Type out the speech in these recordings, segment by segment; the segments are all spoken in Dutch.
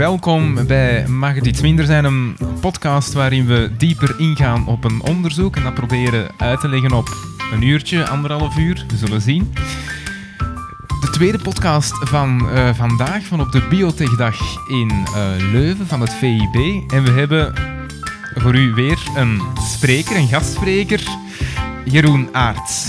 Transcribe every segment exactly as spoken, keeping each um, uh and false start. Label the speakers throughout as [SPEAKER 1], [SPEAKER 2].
[SPEAKER 1] welkom bij Mag het iets minder zijn, een podcast waarin we dieper ingaan op een onderzoek en dat proberen uit te leggen op een uurtje, anderhalf uur, we zullen zien. De tweede podcast van uh, vandaag, van op de Biotechdag in uh, Leuven van het V I B. En we hebben voor u weer een spreker, een gastspreker, Jeroen Aerts.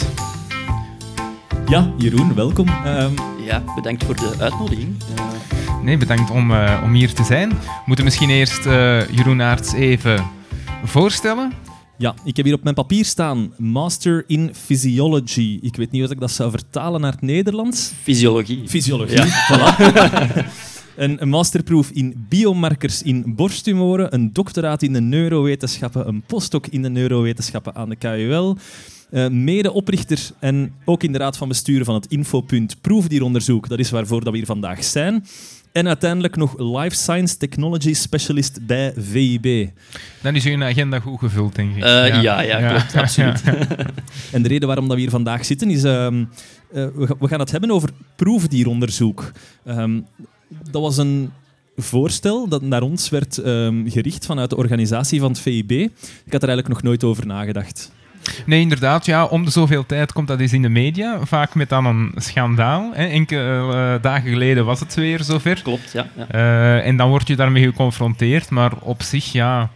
[SPEAKER 2] Ja, Jeroen, welkom. Uh,
[SPEAKER 3] ja, bedankt voor de uitnodiging. Uh...
[SPEAKER 1] Nee, bedankt om, uh, om hier te zijn. We moeten misschien eerst uh, Jeroen Aerts even voorstellen.
[SPEAKER 2] Ja, ik heb hier op mijn papier staan Master in Physiology. Ik weet niet of ik dat zou vertalen naar het Nederlands.
[SPEAKER 3] Fysiologie.
[SPEAKER 2] Fysiologie,
[SPEAKER 3] ja.
[SPEAKER 2] Voilà. Een, een masterproef in biomarkers in borsttumoren, een doctoraat in de neurowetenschappen, een postdoc in de neurowetenschappen aan de K U L, uh, medeoprichter en ook in de raad van bestuur van het Infopunt Proefdieronderzoek. Dat is waarvoor dat we hier vandaag zijn. En uiteindelijk nog Life Science Technology Specialist bij V I B.
[SPEAKER 1] Dan is uw agenda goed gevuld, denk ik.
[SPEAKER 3] Uh, ja. Ja, ja, ja, klopt, absoluut. Ja.
[SPEAKER 2] En de reden waarom dat we hier vandaag zitten is... Uh, uh, we, we gaan het hebben over proefdieronderzoek. Um, dat was een voorstel dat naar ons werd um, gericht vanuit de organisatie van het V I B. Ik had er eigenlijk nog nooit over nagedacht.
[SPEAKER 1] Nee, inderdaad. Ja, om de zoveel tijd komt dat eens in de media. Vaak met dan een schandaal. Hè. Enkele uh, dagen geleden was het weer zover.
[SPEAKER 3] Klopt, ja. ja.
[SPEAKER 1] Uh, en dan word je daarmee geconfronteerd. Maar op zich, ja...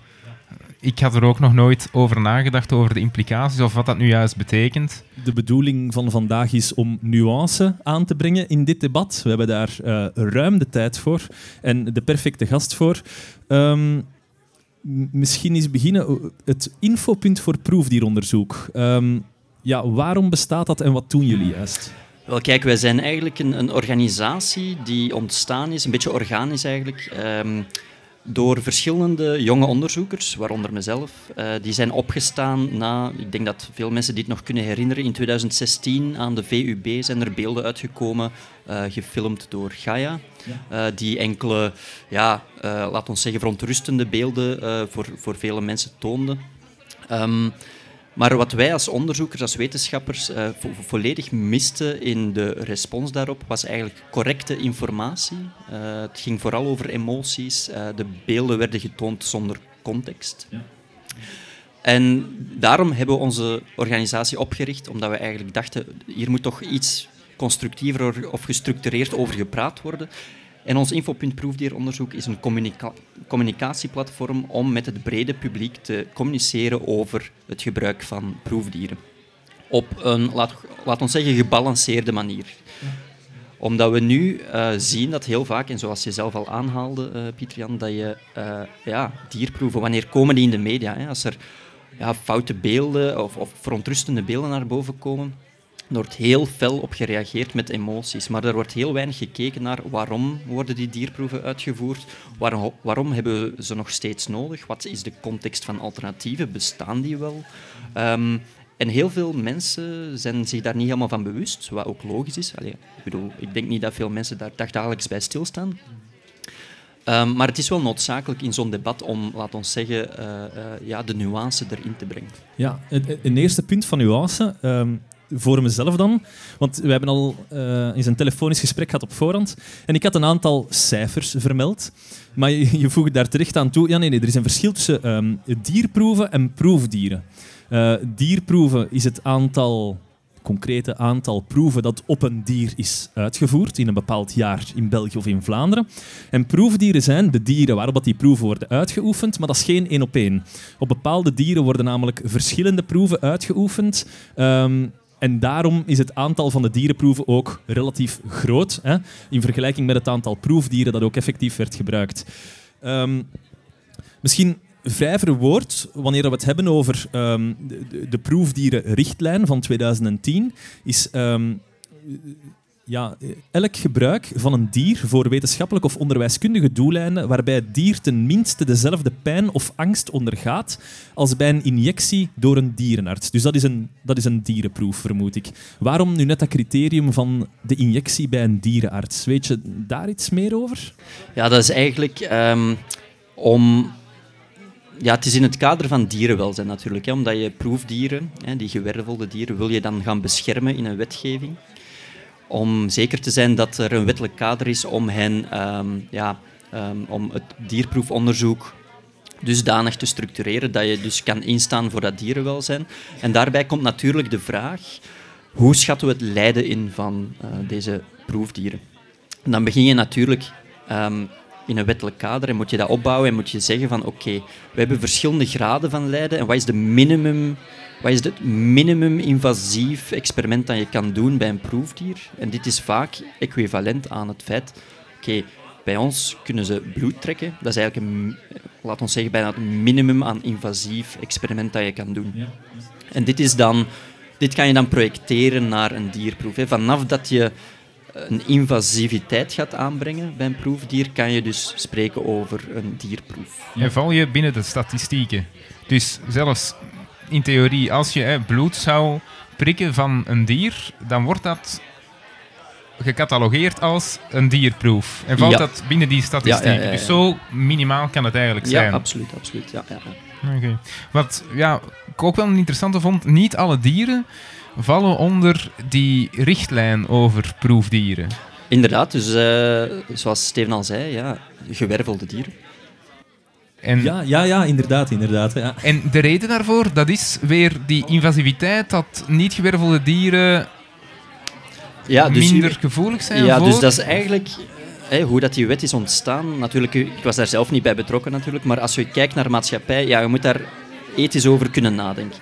[SPEAKER 1] Ik had er ook nog nooit over nagedacht, over de implicaties of wat dat nu juist betekent.
[SPEAKER 2] De bedoeling van vandaag is om nuance aan te brengen in dit debat. We hebben daar uh, ruim de tijd voor en de perfecte gast voor. Um, Misschien eens beginnen. Het infopunt voor proefdieronderzoek. Um, ja, waarom bestaat dat en wat doen jullie juist?
[SPEAKER 3] Wel, kijk, wij zijn eigenlijk een, een organisatie die ontstaan is, een beetje organisch eigenlijk, um, door verschillende jonge onderzoekers, waaronder mezelf. Uh, die zijn opgestaan na, ik denk dat veel mensen dit nog kunnen herinneren, in twintig zestien aan de V U B zijn er beelden uitgekomen, uh, gefilmd door Gaia. Uh, die enkele, ja, uh, laat ons zeggen, verontrustende beelden uh, voor, voor vele mensen toonden. Um, maar wat wij als onderzoekers, als wetenschappers, uh, vo- volledig misten in de respons daarop, was eigenlijk correcte informatie. Uh, het ging vooral over emoties. Uh, de beelden werden getoond zonder context. Ja. En daarom hebben we onze organisatie opgericht, omdat we eigenlijk dachten, hier moet toch iets constructiever of gestructureerd over gepraat worden. En ons Infopunt Proefdieronderzoek is een communica- communicatieplatform om met het brede publiek te communiceren over het gebruik van proefdieren. Op een, laat, laat ons zeggen, gebalanceerde manier. Omdat we nu uh, zien dat heel vaak, en zoals je zelf al aanhaalde, uh, Pieter-Jan, dat je uh, ja, dierproeven, wanneer komen die in de media? Hè? Als er ja, foute beelden of, of verontrustende beelden naar boven komen, er wordt heel fel op gereageerd met emoties, maar er wordt heel weinig gekeken naar waarom worden die dierproeven uitgevoerd, waarom, waarom hebben we ze nog steeds nodig, wat is de context van alternatieven, bestaan die wel? Um, en heel veel mensen zijn zich daar niet helemaal van bewust, wat ook logisch is. Allee, ik bedoel, ik denk niet dat veel mensen daar dagelijks bij stilstaan. Um, maar het is wel noodzakelijk in zo'n debat om, laat ons zeggen, uh, uh, ja, de nuance erin te brengen.
[SPEAKER 2] Ja, een eerste punt van nuance... Um Voor mezelf dan, want we hebben al uh, eens een telefonisch gesprek gehad op voorhand en ik had een aantal cijfers vermeld, maar je, je voegt daar terecht aan toe. Ja, nee, nee, er is een verschil tussen um, dierproeven en proefdieren. Uh, dierproeven is het aantal, concrete aantal proeven dat op een dier is uitgevoerd in een bepaald jaar in België of in Vlaanderen. En proefdieren zijn de dieren waarop die proeven worden uitgeoefend, maar dat is geen één op één. Op bepaalde dieren worden namelijk verschillende proeven uitgeoefend. Um, En daarom is het aantal van de dierenproeven ook relatief groot, hè, in vergelijking met het aantal proefdieren dat ook effectief werd gebruikt. Um, misschien vrij verwoord, wanneer we het hebben over um, de, de proefdierenrichtlijn van tweeduizend tien, is... Um, Ja, elk gebruik van een dier voor wetenschappelijk of onderwijskundige doeleinden waarbij het dier ten minste dezelfde pijn of angst ondergaat als bij een injectie door een dierenarts. Dus dat is een, dat is een dierenproef, vermoed ik. Waarom nu net dat criterium van de injectie bij een dierenarts? Weet je daar iets meer over?
[SPEAKER 3] Ja, dat is eigenlijk um, om... Ja, het is in het kader van dierenwelzijn natuurlijk, hè, omdat je proefdieren, hè, die gewervelde dieren, wil je dan gaan beschermen in een wetgeving. Om zeker te zijn dat er een wettelijk kader is om hen um, ja, um, om het dierproefonderzoek dusdanig te structureren dat je dus kan instaan voor dat dierenwelzijn. En daarbij komt natuurlijk de vraag, hoe schatten we het lijden in van uh, deze proefdieren? En dan begin je natuurlijk um, in een wettelijk kader en moet je dat opbouwen en moet je zeggen van oké, okay, we hebben verschillende graden van lijden en wat is de minimum... Wat is het minimum-invasief experiment dat je kan doen bij een proefdier? En dit is vaak equivalent aan het feit... Oké, okay, bij ons kunnen ze bloed trekken. Dat is eigenlijk, een, laat ons zeggen, bijna het minimum aan invasief experiment dat je kan doen. Ja. En dit, is dan, dit kan je dan projecteren naar een dierproef. Hè. Vanaf dat je een invasiviteit gaat aanbrengen bij een proefdier, kan je dus spreken over een dierproef.
[SPEAKER 1] En val je binnen de statistieken. Dus zelfs... In theorie, als je hè, bloed zou prikken van een dier, dan wordt dat gecatalogeerd als een dierproef. En valt ja. dat binnen die statistieken. Ja, ja, ja, ja. Dus zo minimaal kan het eigenlijk zijn.
[SPEAKER 3] Ja, absoluut. absoluut ja, ja, ja.
[SPEAKER 1] Okay. Wat ja, ik ook wel een interessante vond, niet alle dieren vallen onder die richtlijn over proefdieren.
[SPEAKER 3] Inderdaad, dus uh, zoals Steven al zei, ja, gewervelde dieren.
[SPEAKER 1] En,
[SPEAKER 2] ja, ja, ja, inderdaad. inderdaad ja.
[SPEAKER 1] En de reden daarvoor, dat is weer die invasiviteit, dat niet gewervelde dieren ja, dus minder u, gevoelig zijn
[SPEAKER 3] ja,
[SPEAKER 1] voor...
[SPEAKER 3] dus dat is eigenlijk hè, hoe dat die wet is ontstaan. Natuurlijk, ik was daar zelf niet bij betrokken, natuurlijk, maar als je kijkt naar maatschappij, ja, je moet daar ethisch over kunnen nadenken.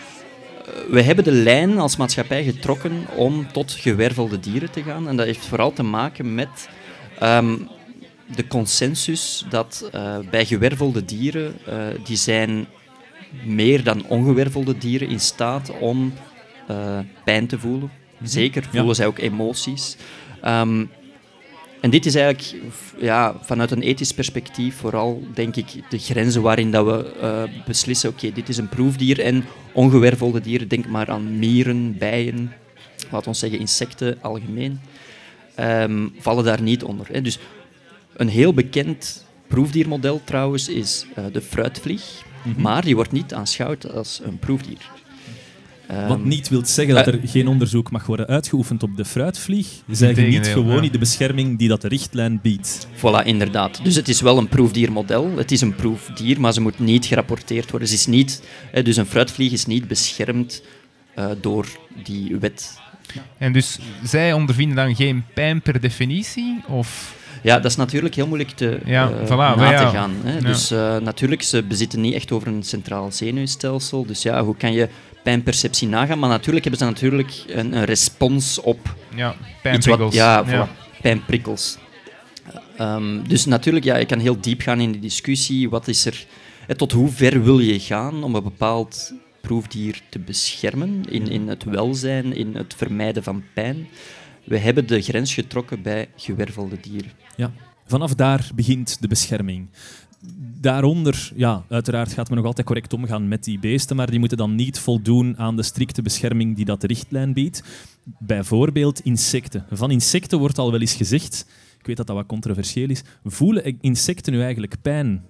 [SPEAKER 3] We hebben de lijn als maatschappij getrokken om tot gewervelde dieren te gaan. En dat heeft vooral te maken met... Um, de consensus dat uh, bij gewervelde dieren, uh, die zijn meer dan ongewervelde dieren in staat om uh, pijn te voelen. Zeker voelen ja. zij ook emoties. Um, en dit is eigenlijk ja, vanuit een ethisch perspectief vooral, denk ik, de grenzen waarin dat we uh, beslissen, oké, okay, dit is een proefdier en ongewervelde dieren, denk maar aan mieren, bijen, laten we zeggen insecten algemeen, um, vallen daar niet onder. Hè. Dus een heel bekend proefdiermodel trouwens is uh, de fruitvlieg, mm-hmm. maar die wordt niet aanschouwd als een proefdier. Um,
[SPEAKER 2] Wat niet wil zeggen dat er uh, geen onderzoek mag worden uitgeoefend op de fruitvlieg. Zij geniet gewoon ja. niet de bescherming die dat de richtlijn biedt.
[SPEAKER 3] Voilà, inderdaad. Dus het is wel een proefdiermodel. Het is een proefdier, maar ze moet niet gerapporteerd worden. Ze is niet, eh, dus een fruitvlieg is niet beschermd uh, door die wet.
[SPEAKER 1] En dus zij ondervinden dan geen pijn per definitie? Of...
[SPEAKER 3] Ja, dat is natuurlijk heel moeilijk te,
[SPEAKER 1] ja,
[SPEAKER 3] uh,
[SPEAKER 1] voilà,
[SPEAKER 3] na
[SPEAKER 1] ja.
[SPEAKER 3] te gaan. Hè. Ja. Dus uh, natuurlijk, ze bezitten niet echt over een centraal zenuwstelsel. Dus ja, hoe kan je pijnperceptie nagaan? Maar natuurlijk hebben ze natuurlijk een, een respons op...
[SPEAKER 1] Ja, pijnprikkels.
[SPEAKER 3] Ja, voilà, ja, pijnprikkels. Um, dus natuurlijk, ja, je kan heel diep gaan in de discussie. Wat is er... Eh, tot hoe ver wil je gaan om een bepaald proefdier te beschermen in, in het welzijn, in het vermijden van pijn? We hebben de grens getrokken bij gewervelde dieren.
[SPEAKER 2] Ja, vanaf daar begint de bescherming. Daaronder, ja, uiteraard gaat men nog altijd correct omgaan met die beesten, maar die moeten dan niet voldoen aan de strikte bescherming die dat de richtlijn biedt. Bijvoorbeeld insecten. Van insecten wordt al wel eens gezegd, ik weet dat dat wat controversieel is, voelen insecten nu eigenlijk pijn?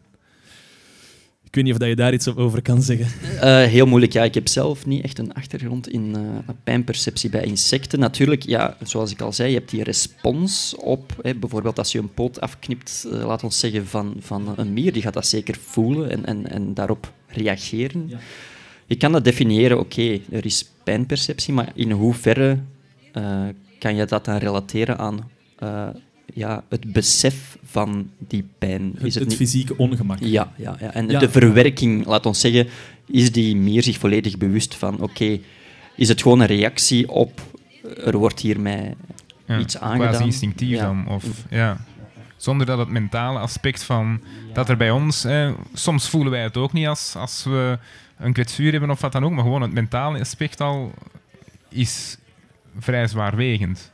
[SPEAKER 2] Ik weet niet of je daar iets over kan zeggen.
[SPEAKER 3] Uh, heel moeilijk, ja. Ik heb zelf niet echt een achtergrond in uh, pijnperceptie bij insecten. Natuurlijk, ja, zoals ik al zei, je hebt die respons op... Hè, bijvoorbeeld als je een poot afknipt, uh, laat ons zeggen, van, van een mier, die gaat dat zeker voelen en, en, en daarop reageren. Ja. Je kan dat definiëren, oké, okay, er is pijnperceptie, maar in hoeverre uh, kan je dat dan relateren aan... Uh, Ja, het besef van die pijn.
[SPEAKER 2] Het, is het, het fysieke ongemak.
[SPEAKER 3] Ja, ja, ja. en ja. de verwerking, laat ons zeggen, is die mier zich volledig bewust van, oké, okay, is het gewoon een reactie op, er wordt hier mij ja, iets aangedaan.
[SPEAKER 1] Quasi instinctief ja. dan, of ja. Zonder dat het mentale aspect van, ja. dat er bij ons, eh, soms voelen wij het ook niet als, als we een kwetsuur hebben of wat dan ook, maar gewoon het mentale aspect al is vrij zwaarwegend.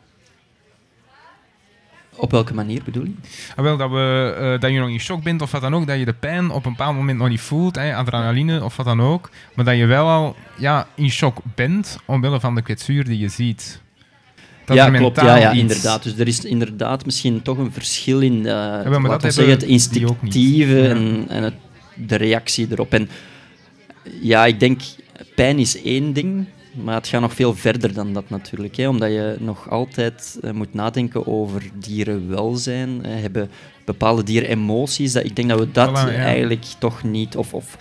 [SPEAKER 3] Op welke manier bedoel je?
[SPEAKER 1] Ah, wel, dat, we, uh, dat je nog in shock bent of wat dan ook, dat je de pijn op een bepaald moment nog niet voelt, hè, adrenaline of wat dan ook, maar dat je wel al ja, in shock bent omwille van de kwetsuur die je ziet. Dat
[SPEAKER 3] ja, klopt. Ja, ja, iets... inderdaad. Dus er is inderdaad misschien toch een verschil in uh, ja, wel, laten we zeggen, het instinctieve ja. en, en het, de reactie erop. En ja, ik denk, pijn is één ding, maar het gaat nog veel verder dan dat natuurlijk. Hè, omdat je nog altijd uh, moet nadenken over dierenwelzijn. Hè, hebben bepaalde dieren emoties? Dat, ik denk dat we dat
[SPEAKER 1] Voilà, ja.
[SPEAKER 3] eigenlijk toch niet... Of, of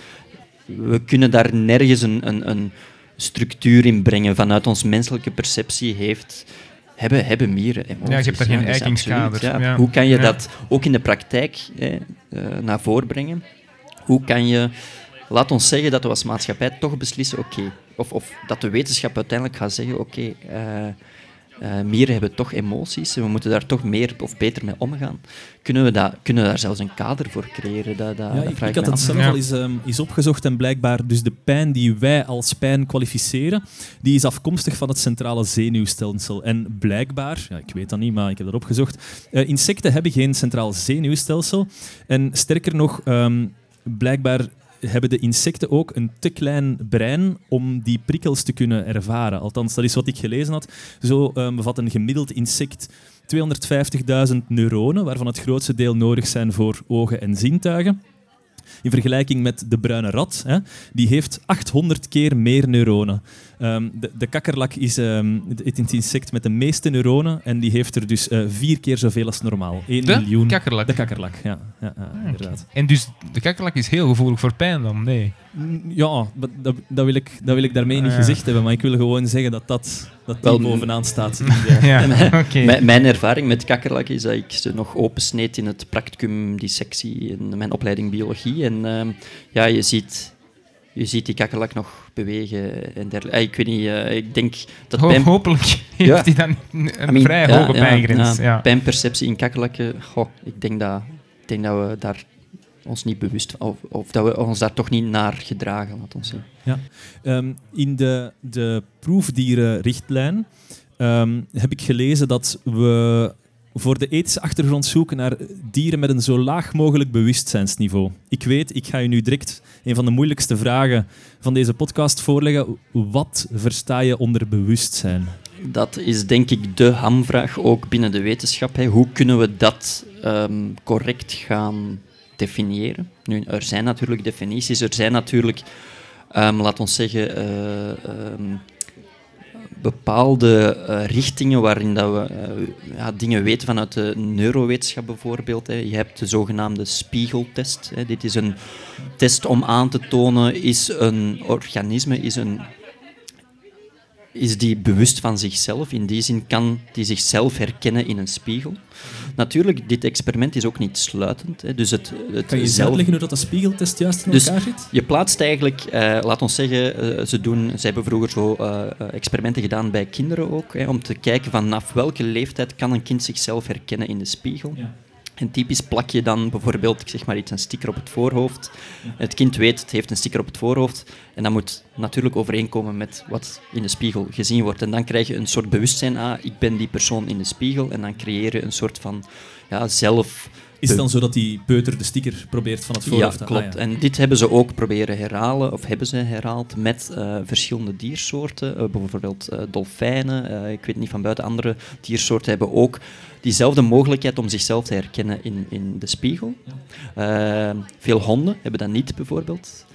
[SPEAKER 3] we kunnen daar nergens een, een, een structuur in brengen. Vanuit onze menselijke perceptie heeft... Hebben, hebben mieren emoties.
[SPEAKER 1] Ja, je hebt daar geen
[SPEAKER 3] dus
[SPEAKER 1] eikingskaders.
[SPEAKER 3] absoluut, ja.
[SPEAKER 1] Ja.
[SPEAKER 3] Hoe kan je
[SPEAKER 1] Ja.
[SPEAKER 3] dat ook in de praktijk hè, uh, naar voren brengen? Hoe kan je... Laat ons zeggen dat we als maatschappij toch beslissen, oké, okay, of, of dat de wetenschap uiteindelijk gaat zeggen, oké, okay, uh, uh, mieren hebben toch emoties en we moeten daar toch meer of beter mee omgaan. Kunnen we, dat, kunnen we daar zelfs een kader voor creëren? Dat, dat,
[SPEAKER 2] Ja,
[SPEAKER 3] dat
[SPEAKER 2] ik,
[SPEAKER 3] vraag
[SPEAKER 2] ik
[SPEAKER 3] ik
[SPEAKER 2] had
[SPEAKER 3] me
[SPEAKER 2] het
[SPEAKER 3] af.
[SPEAKER 2] zelf
[SPEAKER 1] Ja.
[SPEAKER 2] al eens, um, eens opgezocht en blijkbaar dus de pijn die wij als pijn kwalificeren, die is afkomstig van het centrale zenuwstelsel. En blijkbaar, ja, ik weet dat niet, maar ik heb dat opgezocht, uh, insecten hebben geen centraal zenuwstelsel. En sterker nog, um, blijkbaar hebben de insecten ook een te klein brein om die prikkels te kunnen ervaren. Althans, dat is wat ik gelezen had. Zo um, bevat een gemiddeld insect tweehonderdvijftigduizend neuronen, waarvan het grootste deel nodig zijn voor ogen en zintuigen. In vergelijking met de bruine rat, hè, die heeft achthonderd keer meer neuronen. Um, de, de kakkerlak is um, het, het insect met de meeste neuronen en die heeft er dus uh, vier keer zoveel als normaal. één
[SPEAKER 1] De
[SPEAKER 2] miljoen.
[SPEAKER 1] kakkerlak?
[SPEAKER 2] De kakkerlak, ja. ja, ja inderdaad.
[SPEAKER 1] En dus de kakkerlak is heel gevoelig voor pijn dan? Nee.
[SPEAKER 2] Ja, dat, dat, dat, wil ik, dat wil ik daarmee niet
[SPEAKER 1] Ah, ja.
[SPEAKER 2] gezegd hebben, maar ik wil gewoon zeggen dat dat, dat die
[SPEAKER 3] Wel,
[SPEAKER 2] bovenaan staat. in de-
[SPEAKER 1] Ja,
[SPEAKER 3] Mijn-
[SPEAKER 1] oké.
[SPEAKER 3] Mijn, mijn ervaring met kakkerlakken is dat ik ze nog opensneed in het practicum dissectie in mijn opleiding biologie. En uh, ja, je ziet, je ziet die kakkerlak nog bewegen en dergelijke. Ah, ik weet niet, uh, ik denk dat
[SPEAKER 1] Ho-
[SPEAKER 3] pijn...
[SPEAKER 1] hopelijk heeft
[SPEAKER 3] Ja.
[SPEAKER 1] hij dan een
[SPEAKER 3] I mean,
[SPEAKER 1] vrij
[SPEAKER 3] ja,
[SPEAKER 1] hoge
[SPEAKER 3] ja,
[SPEAKER 1] pijngrens.
[SPEAKER 3] ja,
[SPEAKER 1] Ja.
[SPEAKER 3] Pijnperceptie in kakkerlakken, goh, ik denk dat, ik denk dat we daar ons niet bewust of, of dat we ons daar toch niet naar gedragen, laat ons zien.
[SPEAKER 2] Ja. Um, in de, de proefdierenrichtlijn um, heb ik gelezen dat we voor de ethische achtergrond zoeken naar dieren met een zo laag mogelijk bewustzijnsniveau. Ik weet, ik ga je nu direct een van de moeilijkste vragen van deze podcast voorleggen. Wat versta je onder bewustzijn?
[SPEAKER 3] Dat is denk ik de hamvraag ook binnen de wetenschap. Hè. Hoe kunnen we dat um, correct gaan definiëren? Nu, er zijn natuurlijk definities, er zijn natuurlijk, um, laat ons zeggen, uh, um, bepaalde uh, richtingen waarin dat we uh, ja, dingen weten vanuit de neurowetenschap bijvoorbeeld. Hè. Je hebt de zogenaamde spiegeltest. Hè. Dit is een test om aan te tonen, is een organisme, is een... is die bewust van zichzelf. In die zin kan die zichzelf herkennen in een spiegel. Natuurlijk, dit experiment is ook niet sluitend. Hè. Dus het, het
[SPEAKER 2] Kan je eens
[SPEAKER 3] zelf...
[SPEAKER 2] uitleggen hoe dat de spiegeltest juist in
[SPEAKER 3] Dus
[SPEAKER 2] elkaar zit?
[SPEAKER 3] je plaatst eigenlijk, uh, laat ons zeggen, uh, ze, doen, ze hebben vroeger zo uh, experimenten gedaan bij kinderen ook, hè, om te kijken vanaf welke leeftijd kan een kind zichzelf herkennen in de spiegel.
[SPEAKER 2] Ja.
[SPEAKER 3] En typisch plak je dan bijvoorbeeld, ik zeg maar iets, een sticker op het voorhoofd. Het kind weet, het heeft een sticker op het voorhoofd. En dat moet natuurlijk overeenkomen met wat in de spiegel gezien wordt. En dan krijg je een soort bewustzijn, ah, ik ben die persoon in de spiegel. En dan creëer je een soort van ja, zelf...
[SPEAKER 2] Is het dan zo dat die peuter de sticker probeert van het voorhoofd?
[SPEAKER 3] Ja,
[SPEAKER 2] Ah,
[SPEAKER 3] klopt.
[SPEAKER 2] ja.
[SPEAKER 3] En dit hebben ze ook proberen herhalen, of hebben ze herhaald, met uh, verschillende diersoorten. Uh, bijvoorbeeld uh, dolfijnen, uh, ik weet niet van buiten, andere diersoorten hebben ook diezelfde mogelijkheid om zichzelf te herkennen in, in de spiegel. Uh, veel honden hebben dat niet, bijvoorbeeld.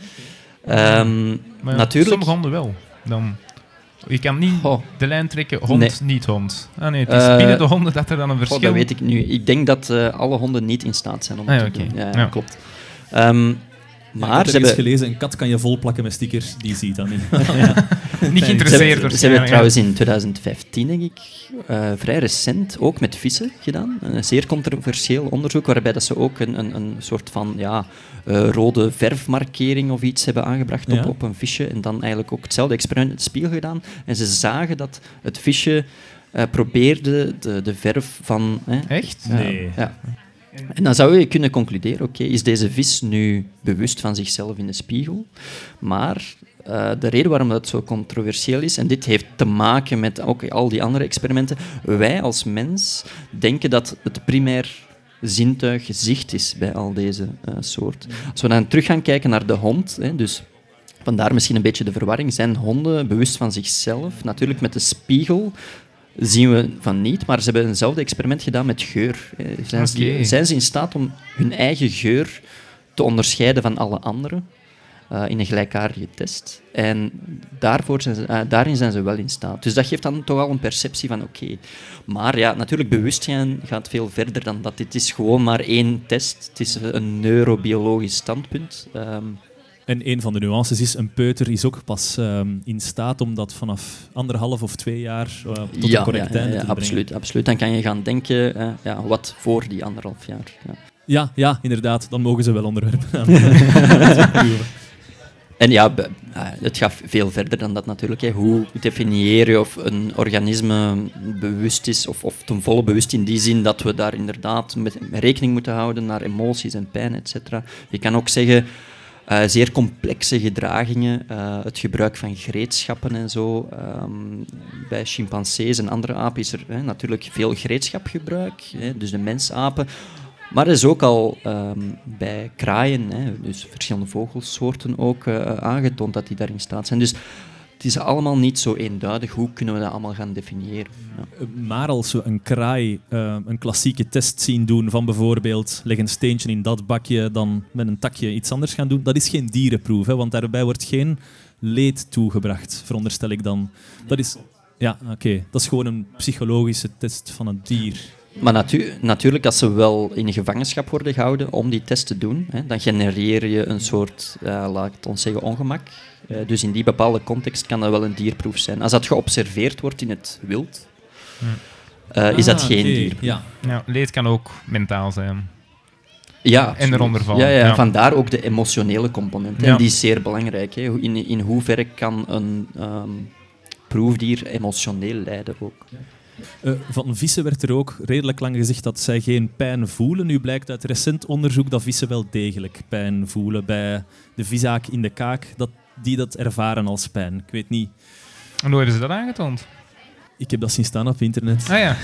[SPEAKER 3] Um,
[SPEAKER 1] Maar
[SPEAKER 3] natuurlijk...
[SPEAKER 1] sommige honden wel. Dan, je kan niet
[SPEAKER 3] Oh.
[SPEAKER 1] de lijn trekken hond,
[SPEAKER 3] Nee.
[SPEAKER 1] niet hond. Ah nee, het is
[SPEAKER 3] Uh,
[SPEAKER 1] binnen de honden dat er dan een verschil...
[SPEAKER 3] Oh, dat weet ik nu. Ik denk dat uh, alle honden niet in staat zijn om
[SPEAKER 1] Ah,
[SPEAKER 3] dat
[SPEAKER 1] ja,
[SPEAKER 3] te doen.
[SPEAKER 1] oké.
[SPEAKER 3] Ja,
[SPEAKER 1] Ja.
[SPEAKER 3] klopt. Um,
[SPEAKER 2] Ja,
[SPEAKER 3] maar
[SPEAKER 2] ik
[SPEAKER 3] ze
[SPEAKER 2] heb ergens
[SPEAKER 3] hebben...
[SPEAKER 2] gelezen, een kat kan je volplakken met stickers, die ziet dat niet.
[SPEAKER 1] Niet
[SPEAKER 3] Ze
[SPEAKER 1] geïnteresseerd
[SPEAKER 3] hebben,
[SPEAKER 1] door
[SPEAKER 3] ze hebben trouwens in twintig vijftien, denk ik, uh, vrij recent ook met vissen gedaan. Een zeer controversieel onderzoek waarbij dat ze ook een, een, een soort van ja, uh, rode verfmarkering of iets hebben aangebracht op,
[SPEAKER 2] Ja.
[SPEAKER 3] op een visje. En dan eigenlijk ook hetzelfde experiment met de spiegel gedaan. En ze zagen dat het visje uh, probeerde de, de verf van... Hè,
[SPEAKER 1] Echt?
[SPEAKER 3] ja,
[SPEAKER 2] Nee.
[SPEAKER 3] ja. En dan zou je kunnen concluderen, oké, okay, is deze vis nu bewust van zichzelf in de spiegel? Maar uh, de reden waarom dat zo controversieel is, en dit heeft te maken met ook al die andere experimenten, wij als mens denken dat het primair zintuig zicht is bij al deze uh, soorten. Als we dan terug gaan kijken naar de hond, hè, dus vandaar misschien een beetje de verwarring, zijn honden bewust van zichzelf? Natuurlijk met de spiegel zien we van niet, maar ze hebben eenzelfde experiment gedaan met geur. Zijn ze,
[SPEAKER 1] Okay.
[SPEAKER 3] zijn ze in staat om hun eigen geur te onderscheiden van alle anderen? uh, in een gelijkaardige test. En daarvoor zijn ze, uh, daarin zijn ze wel in staat. Dus dat geeft dan toch al een perceptie van oké. Okay. Maar ja, natuurlijk, bewustzijn gaat veel verder dan dat. Dit is gewoon maar één test. Het is een neurobiologisch standpunt. Um,
[SPEAKER 2] En een van de nuances is, een peuter is ook pas um, in staat om dat vanaf anderhalf of twee jaar uh, tot
[SPEAKER 3] ja,
[SPEAKER 2] een correct
[SPEAKER 3] ja,
[SPEAKER 2] einde
[SPEAKER 3] ja,
[SPEAKER 2] te
[SPEAKER 3] absoluut,
[SPEAKER 2] brengen.
[SPEAKER 3] Absoluut. Dan kan je gaan denken, uh, ja, wat voor die anderhalf jaar. Ja.
[SPEAKER 2] Ja, ja, inderdaad. Dan mogen ze wel onderwerpen aan.
[SPEAKER 3] En ja, be, uh, het gaat veel verder dan dat natuurlijk. Hè. Hoe definieer je of een organisme bewust is, of, of ten volle bewust in die zin dat we daar inderdaad met rekening moeten houden naar emoties en pijn, et cetera. Je kan ook zeggen, uh, zeer complexe gedragingen, uh, het gebruik van gereedschappen en zo. Um, bij chimpansees en andere apen is er hè, natuurlijk veel gereedschapgebruik, hè, dus de mensapen. Maar er is ook al um, bij kraaien, hè, dus verschillende vogelsoorten ook uh, aangetoond dat die daarin staat zijn. Dus het is allemaal niet zo eenduidig. Hoe kunnen we dat allemaal gaan definiëren? Ja.
[SPEAKER 2] Maar als we een kraai uh, een klassieke test zien doen van bijvoorbeeld leg een steentje in dat bakje, dan met een takje iets anders gaan doen, dat is geen dierenproef, hè, want daarbij wordt geen leed toegebracht, veronderstel ik dan. Dat is, ja, oké. Okay. Dat is gewoon een psychologische test van een dier.
[SPEAKER 3] Maar natu- natuurlijk, als ze wel in gevangenschap worden gehouden om die test te doen, hè, dan genereer je een soort, uh, laat ik ons zeggen, ongemak. Uh, dus in die bepaalde context kan dat wel een dierproef zijn. Als dat geobserveerd wordt in het wild, uh, is dat
[SPEAKER 2] ah,
[SPEAKER 3] geen
[SPEAKER 2] okay.
[SPEAKER 3] dierproef.
[SPEAKER 1] Ja. Ja, leed kan ook mentaal zijn.
[SPEAKER 3] Ja,
[SPEAKER 1] en eronder vallen.
[SPEAKER 3] Ja, ja,
[SPEAKER 1] ja.
[SPEAKER 3] vandaar ook de emotionele component.
[SPEAKER 1] Ja.
[SPEAKER 3] En die is zeer belangrijk. Hè. In, in hoeverre kan een um, proefdier emotioneel lijden ook.
[SPEAKER 2] Uh, van vissen werd er ook redelijk lang gezegd dat zij geen pijn voelen. Nu blijkt uit recent onderzoek dat vissen wel degelijk pijn voelen. Bij de vishaak in de kaak, dat die dat ervaren als pijn. Ik weet niet.
[SPEAKER 1] En hoe hebben ze dat aangetoond?
[SPEAKER 2] Ik heb dat zien staan op internet.
[SPEAKER 1] Ah ja.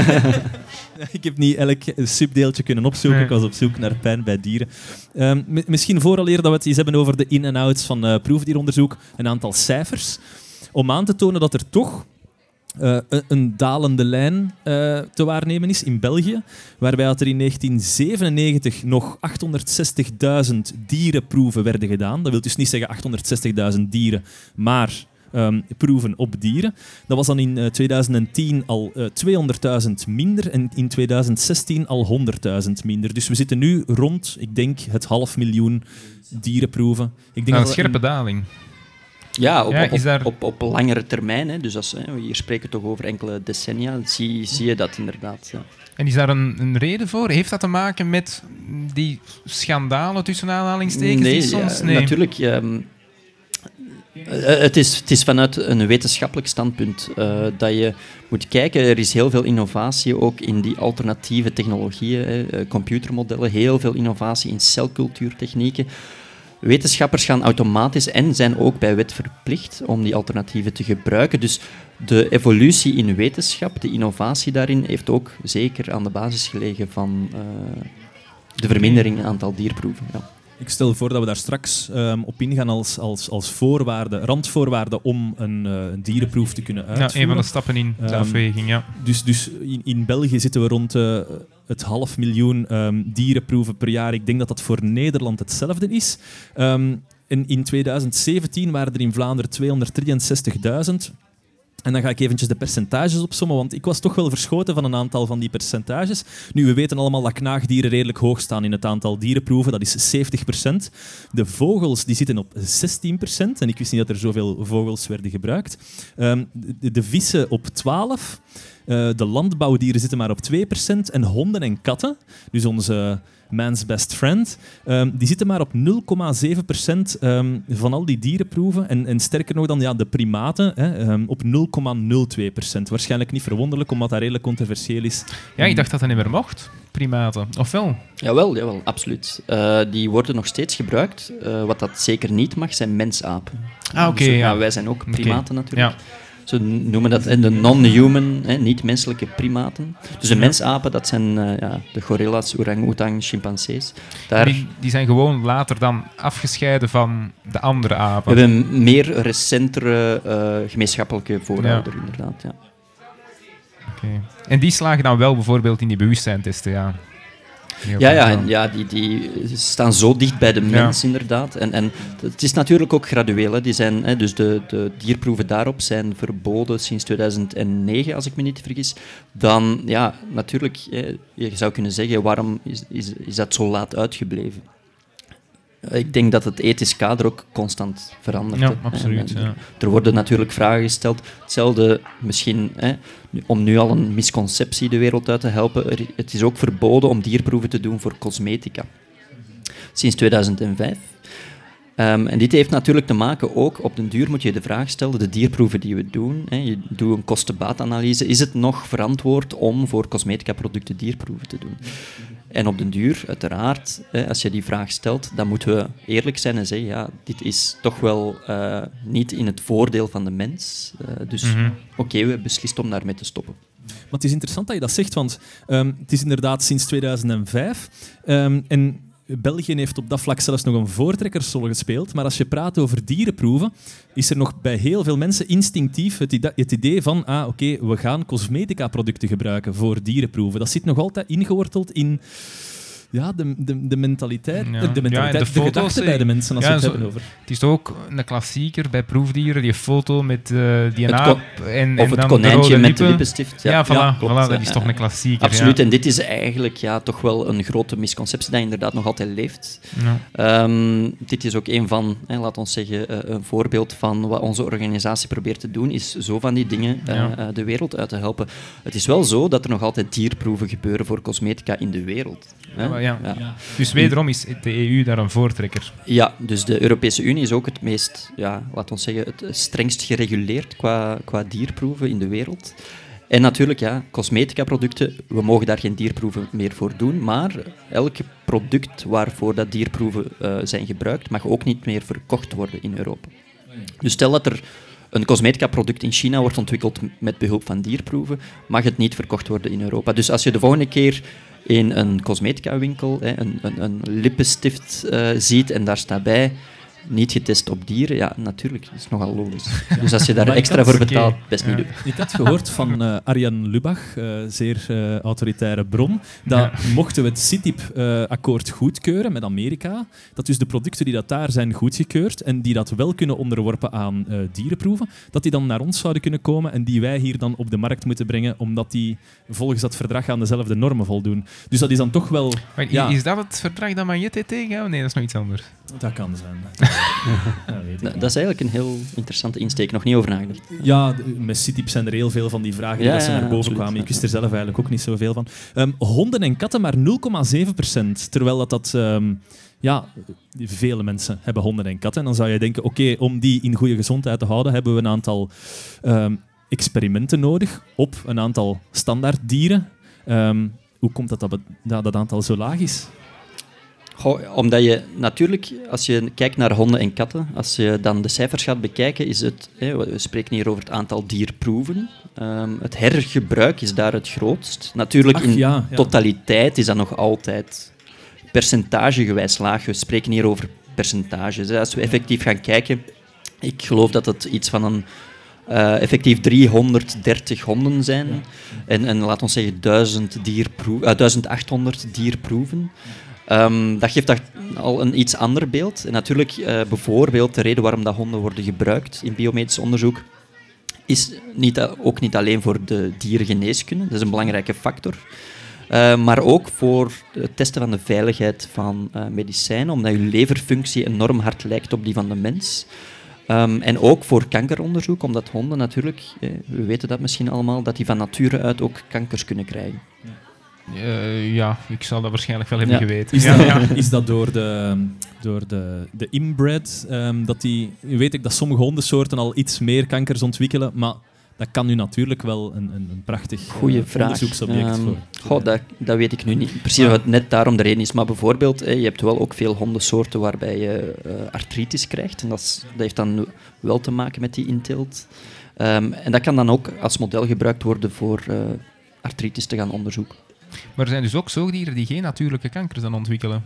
[SPEAKER 2] Ik heb niet elk subdeeltje kunnen opzoeken.
[SPEAKER 1] Nee.
[SPEAKER 2] Ik was op zoek naar pijn bij dieren. Um, m- misschien vooraleer dat we het eens hebben over de in- en outs van uh, proefdieronderzoek, een aantal cijfers. Om aan te tonen dat er toch Uh, een, een dalende lijn uh, te waarnemen is in België, waarbij er in negentien zevenennegentig nog achthonderdzestigduizend dierenproeven werden gedaan. Dat wil dus niet zeggen achthonderdzestigduizend dieren, maar um, proeven op dieren. Dat was dan in uh, tweeduizend tien al uh, tweehonderdduizend minder en in tweeduizend zestien al honderdduizend minder. Dus we zitten nu rond, ik denk, het half miljoen dierenproeven. Ik denk
[SPEAKER 1] Nou, een
[SPEAKER 2] dat
[SPEAKER 1] scherpe
[SPEAKER 2] een...
[SPEAKER 1] daling.
[SPEAKER 3] Ja, op,
[SPEAKER 1] Ja,
[SPEAKER 3] op,
[SPEAKER 1] is daar-
[SPEAKER 3] op, op langere termijn. Hè. Dus als, hè, hier spreken we toch over enkele decennia. Zie, zie je dat inderdaad. Ja.
[SPEAKER 1] En is daar een, een reden voor? Heeft dat te maken met die schandalen tussen aanhalingstekens?
[SPEAKER 3] Nee,
[SPEAKER 1] die soms...
[SPEAKER 3] ja,
[SPEAKER 1] nee.
[SPEAKER 3] natuurlijk. Um, het, is, het is vanuit een wetenschappelijk standpunt uh, dat je moet kijken. Er is heel veel innovatie ook in die alternatieve technologieën, hè, uh, computermodellen, heel veel innovatie in celcultuurtechnieken. Wetenschappers gaan automatisch en zijn ook bij wet verplicht om die alternatieven te gebruiken. Dus de evolutie in wetenschap, de innovatie daarin, heeft ook zeker aan de basis gelegen van uh, de vermindering in het aantal dierproeven. Ja.
[SPEAKER 2] Ik stel voor dat we daar straks um, op ingaan als, als, als voorwaarde, randvoorwaarde om een uh, dierenproef te kunnen
[SPEAKER 1] Ja,
[SPEAKER 2] uitvoeren.
[SPEAKER 1] een van de stappen in de
[SPEAKER 2] Um,
[SPEAKER 1] afweging, ja.
[SPEAKER 2] Dus, dus in, in België zitten we rond uh, het half miljoen um, dierenproeven per jaar. Ik denk dat dat voor Nederland hetzelfde is. Um, en in tweeduizend zeventien waren er in Vlaanderen tweehonderddrieënzestigduizend. En dan ga ik eventjes de percentages opsommen, want ik was toch wel verschoten van een aantal van die percentages. Nu, we weten allemaal dat knaagdieren redelijk hoog staan in het aantal dierenproeven. Dat is zeventig procent. De vogels die zitten op zestien procent. En ik wist niet dat er zoveel vogels werden gebruikt. Um, de, de vissen op twaalf procent. Uh, de landbouwdieren zitten maar op twee procent. En honden en katten, dus onze man's best friend, um, die zitten maar op nul komma zeven procent um, van al die dierenproeven. En, en sterker nog dan ja, de primaten hè, um, op nul komma nul twee procent. Waarschijnlijk niet verwonderlijk, omdat dat redelijk controversieel is.
[SPEAKER 1] Ja, ik dacht dat dat niet meer mocht, primaten. Of wel?
[SPEAKER 3] Jawel, jawel, absoluut. Uh, die worden nog steeds gebruikt. Uh, wat dat zeker niet mag, zijn mensapen.
[SPEAKER 1] Ah, oké,
[SPEAKER 3] Dus,
[SPEAKER 1] ja.
[SPEAKER 3] ja. Wij zijn ook primaten
[SPEAKER 1] Oké,
[SPEAKER 3] natuurlijk.
[SPEAKER 1] ja.
[SPEAKER 3] Ze noemen dat hè, de non-human, hè, niet-menselijke primaten. Dus de mensapen, dat zijn uh, ja, de gorilla's, orang-oetang, chimpansees. Daar
[SPEAKER 1] Die, die zijn gewoon later dan afgescheiden van de andere apen.
[SPEAKER 3] we hebben een meer recentere uh, gemeenschappelijke voorouder,
[SPEAKER 1] Ja.
[SPEAKER 3] inderdaad. Ja.
[SPEAKER 1] Okay. En die slagen dan wel bijvoorbeeld in die bewustzijntesten, ja. Heel
[SPEAKER 3] Ja, ja,
[SPEAKER 1] veel.
[SPEAKER 3] en ja die, die staan zo dicht bij de mens, inderdaad. En, en het is natuurlijk ook gradueel. Hè. Die zijn, hè, dus de, de dierproeven daarop zijn verboden sinds tweeduizend negen, als ik me niet vergis. Dan, ja, natuurlijk, hè, je zou kunnen zeggen, waarom is, is, is dat zo laat uitgebleven? Ik denk dat het ethisch kader ook constant verandert.
[SPEAKER 1] Ja,
[SPEAKER 3] hè.
[SPEAKER 1] absoluut.
[SPEAKER 3] En,
[SPEAKER 1] Ja.
[SPEAKER 3] Er worden natuurlijk vragen gesteld. Hetzelfde misschien, hè, om nu al een misconceptie de wereld uit te helpen. Er, het is ook verboden om dierproeven te doen voor cosmetica. Sinds tweeduizend vijf. Um, en dit heeft natuurlijk te maken ook, op den duur moet je de vraag stellen, de dierproeven die we doen, hè, je doet een kosten-baatanalyse, is het nog verantwoord om voor cosmetica-producten dierproeven te doen? En op den duur, uiteraard, hè, als je die vraag stelt, dan moeten we eerlijk zijn en zeggen, ja, dit is toch wel uh, niet in het voordeel van de mens. Uh, dus
[SPEAKER 1] Mhm.
[SPEAKER 3] oké, okay, we hebben beslist om daarmee te stoppen.
[SPEAKER 2] Maar het is interessant dat je dat zegt, want um, het is inderdaad sinds tweeduizend vijf. Um, en België heeft op dat vlak zelfs nog een voortrekkersrol gespeeld. Maar als je praat over dierenproeven, is er nog bij heel veel mensen instinctief het idee, het idee van ah, oké, okay, we gaan cosmetica-producten gebruiken voor dierenproeven. Dat zit nog altijd ingeworteld in ja, de, de, de mentaliteit,
[SPEAKER 1] Ja.
[SPEAKER 2] de, mentaliteit
[SPEAKER 1] Ja, en de
[SPEAKER 2] de,
[SPEAKER 1] foto's,
[SPEAKER 2] gedachten bij de mensen als
[SPEAKER 1] ja,
[SPEAKER 2] we het
[SPEAKER 1] zo-
[SPEAKER 2] hebben over.
[SPEAKER 1] Het is ook een klassieker bij proefdieren, die foto met uh, die
[SPEAKER 3] Het
[SPEAKER 1] aap en,
[SPEAKER 3] Of
[SPEAKER 1] en
[SPEAKER 3] het
[SPEAKER 1] dan
[SPEAKER 3] konijntje
[SPEAKER 1] de rode
[SPEAKER 3] met de
[SPEAKER 1] lippen.
[SPEAKER 3] lippenstift.
[SPEAKER 1] Ja, voilà,
[SPEAKER 3] ja, klopt.
[SPEAKER 1] voilà, dat is
[SPEAKER 3] Ja,
[SPEAKER 1] toch
[SPEAKER 3] ja.
[SPEAKER 1] een klassieker.
[SPEAKER 3] Absoluut,
[SPEAKER 1] Ja.
[SPEAKER 3] en dit is eigenlijk ja, toch wel een grote misconceptie die inderdaad nog altijd leeft.
[SPEAKER 1] Ja.
[SPEAKER 3] Um, dit is ook een van, hè, laat ons zeggen, uh, een voorbeeld van wat onze organisatie probeert te doen, is zo van die dingen uh,
[SPEAKER 1] Ja.
[SPEAKER 3] uh, de wereld uit te helpen. Het is wel zo dat er nog altijd dierproeven gebeuren voor cosmetica in de wereld. Hè?
[SPEAKER 1] Ja, maar ja.
[SPEAKER 3] Ja.
[SPEAKER 2] Ja.
[SPEAKER 1] Dus wederom is de E U daar een voortrekker.
[SPEAKER 3] Ja, dus de Europese Unie is ook het meest, ja, laat ons zeggen, het strengst gereguleerd qua, qua dierproeven in de wereld. En natuurlijk, ja, cosmetica-producten, we mogen daar geen dierproeven meer voor doen, maar elk product waarvoor dat dierproeven uh, zijn gebruikt, mag ook niet meer verkocht worden in Europa. Dus stel dat er een cosmetica-product in China wordt ontwikkeld met behulp van dierproeven, mag het niet verkocht worden in Europa. Dus als je de volgende keer in een cosmetica-winkel hè, een, een, een lippenstift uh, ziet en daar staat bij niet getest op dieren, ja, natuurlijk, dat is nogal logisch. Dus als je daar
[SPEAKER 2] Maar ik
[SPEAKER 3] extra
[SPEAKER 2] had-
[SPEAKER 3] voor betaalt,
[SPEAKER 1] oké,
[SPEAKER 3] best
[SPEAKER 1] ja.
[SPEAKER 3] niet doen.
[SPEAKER 2] Ik had gehoord van uh, Arjan Lubach, uh, zeer uh, autoritaire bron, dat mochten we het C T I P-akkoord goedkeuren met Amerika, dat dus de producten die dat daar zijn goedgekeurd en die dat wel kunnen onderworpen aan uh, dierenproeven, dat die dan naar ons zouden kunnen komen en die wij hier dan op de markt moeten brengen, omdat die volgens dat verdrag aan dezelfde normen voldoen. Dus dat is dan toch wel...
[SPEAKER 1] Maar
[SPEAKER 2] Ja.
[SPEAKER 1] is dat het verdrag dat Magnet tegenhoudt? Nee, dat is nog iets anders.
[SPEAKER 2] Dat kan zijn. Ja, weet ik
[SPEAKER 3] Dat,
[SPEAKER 2] niet.
[SPEAKER 3] dat is eigenlijk een heel interessante insteek, nog niet over nagedacht.
[SPEAKER 2] Ja, de- met C T I P zijn er heel veel van die vragen die
[SPEAKER 3] Ja,
[SPEAKER 2] dat ze
[SPEAKER 3] ja,
[SPEAKER 2] naar boven
[SPEAKER 3] absoluut.
[SPEAKER 2] kwamen. Ik wist er zelf eigenlijk ook niet zoveel van. Ehm, honden en katten maar nul komma zeven procent, terwijl dat... dat ehm, ja, vele mensen hebben honden en katten. En dan zou je denken, oké, om die in goede gezondheid te houden, hebben we een aantal ehm, experimenten nodig op een aantal standaarddieren. Ehm, hoe komt dat dat, be- dat dat aantal zo laag is?
[SPEAKER 3] Goh, omdat je natuurlijk, als je kijkt naar honden en katten, als je dan de cijfers gaat bekijken, is het, hè, we spreken hier over het aantal dierproeven. Um, het hergebruik is daar het grootst. Natuurlijk,
[SPEAKER 2] Ach,
[SPEAKER 3] in
[SPEAKER 2] ja, ja.
[SPEAKER 3] totaliteit is dat nog altijd percentagegewijs laag. We spreken hier over percentages. Hè. Als we effectief gaan kijken, ik geloof dat het iets van een uh, effectief driehonderddertig honden zijn. En, en laten we zeggen duizend dierproe- uh, duizend achthonderd dierproeven. Um, dat geeft dat al een iets ander beeld. En natuurlijk, uh, bijvoorbeeld, de reden waarom dat honden worden gebruikt in biomedisch onderzoek is niet, uh, ook niet alleen voor de dierengeneeskunde, dat is een belangrijke factor, uh, maar ook voor het testen van de veiligheid van uh, medicijnen, omdat je leverfunctie enorm hard lijkt op die van de mens. Um, en ook voor kankeronderzoek, omdat honden natuurlijk, eh, we weten dat misschien allemaal, dat die van nature uit ook kankers kunnen krijgen.
[SPEAKER 1] Uh, ja, ik zal dat waarschijnlijk wel hebben
[SPEAKER 3] Ja.
[SPEAKER 1] geweten.
[SPEAKER 2] Is,
[SPEAKER 1] Ja,
[SPEAKER 2] dat,
[SPEAKER 1] ja.
[SPEAKER 2] is dat door de, door de, de inbred? ehm, dat die, weet ik dat sommige hondensoorten al iets meer kankers ontwikkelen, maar dat kan nu natuurlijk wel een, een, een prachtig
[SPEAKER 3] Goeie
[SPEAKER 2] eh,
[SPEAKER 3] vraag.
[SPEAKER 2] onderzoeksobject
[SPEAKER 3] Ehm,
[SPEAKER 2] voor.
[SPEAKER 3] goh, dat, dat weet ik nu niet. Precies wat net daarom de reden is. Maar bijvoorbeeld, hè, je hebt wel ook veel hondensoorten waarbij je uh, artritis krijgt. En dat, is, dat heeft dan wel te maken met die inteelt. Um, en dat kan dan ook als model gebruikt worden voor uh, artritis te gaan onderzoeken.
[SPEAKER 1] Maar er zijn dus ook zoogdieren die geen natuurlijke kankers dan ontwikkelen.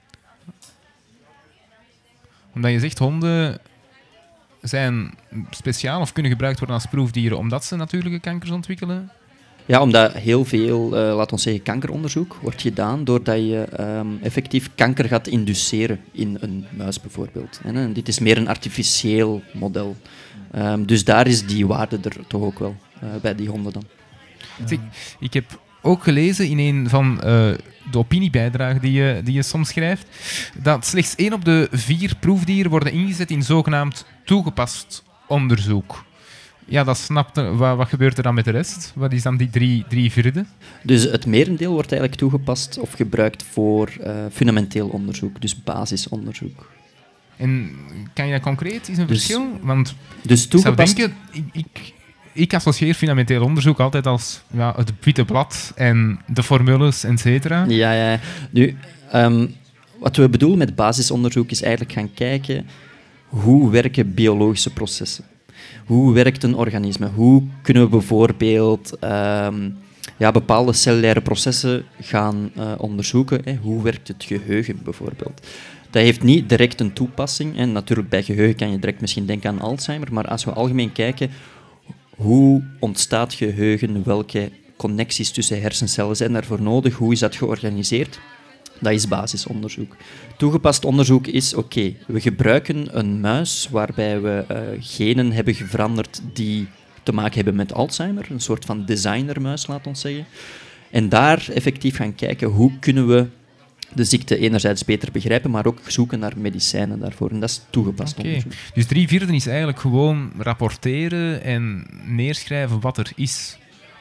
[SPEAKER 1] Omdat je zegt, honden zijn speciaal of kunnen gebruikt worden als proefdieren omdat ze natuurlijke kankers ontwikkelen.
[SPEAKER 3] Ja, Ja, omdat heel veel, uh, laten we zeggen, kankeronderzoek wordt gedaan doordat je um, effectief kanker gaat induceren in een muis bijvoorbeeld. En, en dit is meer een artificieel model. Um, dus daar is die waarde er toch ook wel, uh, bij die honden dan.
[SPEAKER 1] Ik, ik heb ook gelezen in een van uh, de opiniebijdragen die je, die je soms schrijft, dat slechts één op de vier proefdieren worden ingezet in zogenaamd toegepast onderzoek. Ja, dat snapte. Wat, wat gebeurt er dan met de rest? Wat is dan die drie, drie vierde?
[SPEAKER 3] Dus het merendeel wordt eigenlijk toegepast of gebruikt voor uh, fundamenteel onderzoek, dus basisonderzoek.
[SPEAKER 1] En kan je dat concreet? Is een dus, verschil? Want
[SPEAKER 3] dus toegepast...
[SPEAKER 1] ik zou denken, ik, ik, ik associeer fundamenteel onderzoek altijd als ja, het witte blad en de formules, et cetera.
[SPEAKER 3] Ja, ja. Nu, um, wat we bedoelen met basisonderzoek is eigenlijk gaan kijken hoe werken biologische processen. Hoe werkt een organisme? Hoe kunnen we bijvoorbeeld um, ja, bepaalde cellulaire processen gaan uh, onderzoeken? Hè? Hoe werkt het geheugen bijvoorbeeld? Dat heeft niet direct een toepassing. En natuurlijk, bij geheugen kan je direct misschien denken aan Alzheimer. Maar als we algemeen kijken, hoe ontstaat geheugen? Welke connecties tussen hersencellen zijn daarvoor nodig? Hoe is dat georganiseerd? Dat is basisonderzoek. Toegepast onderzoek is, oké, okay, we gebruiken een muis waarbij we uh, genen hebben veranderd die te maken hebben met Alzheimer, een soort van designermuis, laat ons zeggen. En daar effectief gaan kijken hoe kunnen we de ziekte enerzijds beter begrijpen, maar ook zoeken naar medicijnen daarvoor. En dat is toegepast
[SPEAKER 1] okay.
[SPEAKER 3] onderzoek.
[SPEAKER 1] Dus drie vierde is eigenlijk gewoon rapporteren en neerschrijven wat er is.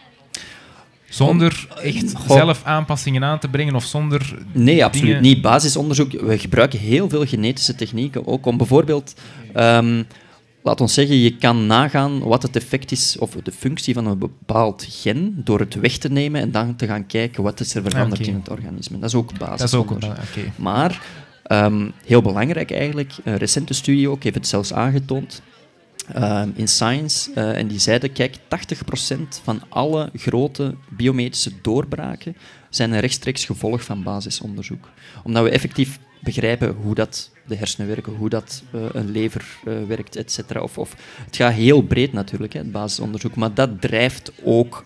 [SPEAKER 1] Zonder echt Goh. zelf aanpassingen aan te brengen of zonder...
[SPEAKER 3] Nee, absoluut
[SPEAKER 1] dingen...
[SPEAKER 3] niet. Basisonderzoek, we gebruiken heel veel genetische technieken ook om bijvoorbeeld... Um, laat ons zeggen, je kan nagaan wat het effect is of de functie van een bepaald gen door het weg te nemen en dan te gaan kijken wat is er veranderd okay. in het organisme. Dat is ook basisonderzoek.
[SPEAKER 1] Dat is ook, okay.
[SPEAKER 3] Maar, um, heel belangrijk eigenlijk, een recente studie ook heeft het zelfs aangetoond, Uh, in Science, uh, en die zeiden, kijk, tachtig procent van alle grote biomedische doorbraken zijn een rechtstreeks gevolg van basisonderzoek. Omdat we effectief begrijpen hoe dat de hersenen werken, hoe dat uh, een lever uh, werkt, et cetera. Of, of, het gaat heel breed natuurlijk, hè, het basisonderzoek, maar dat drijft ook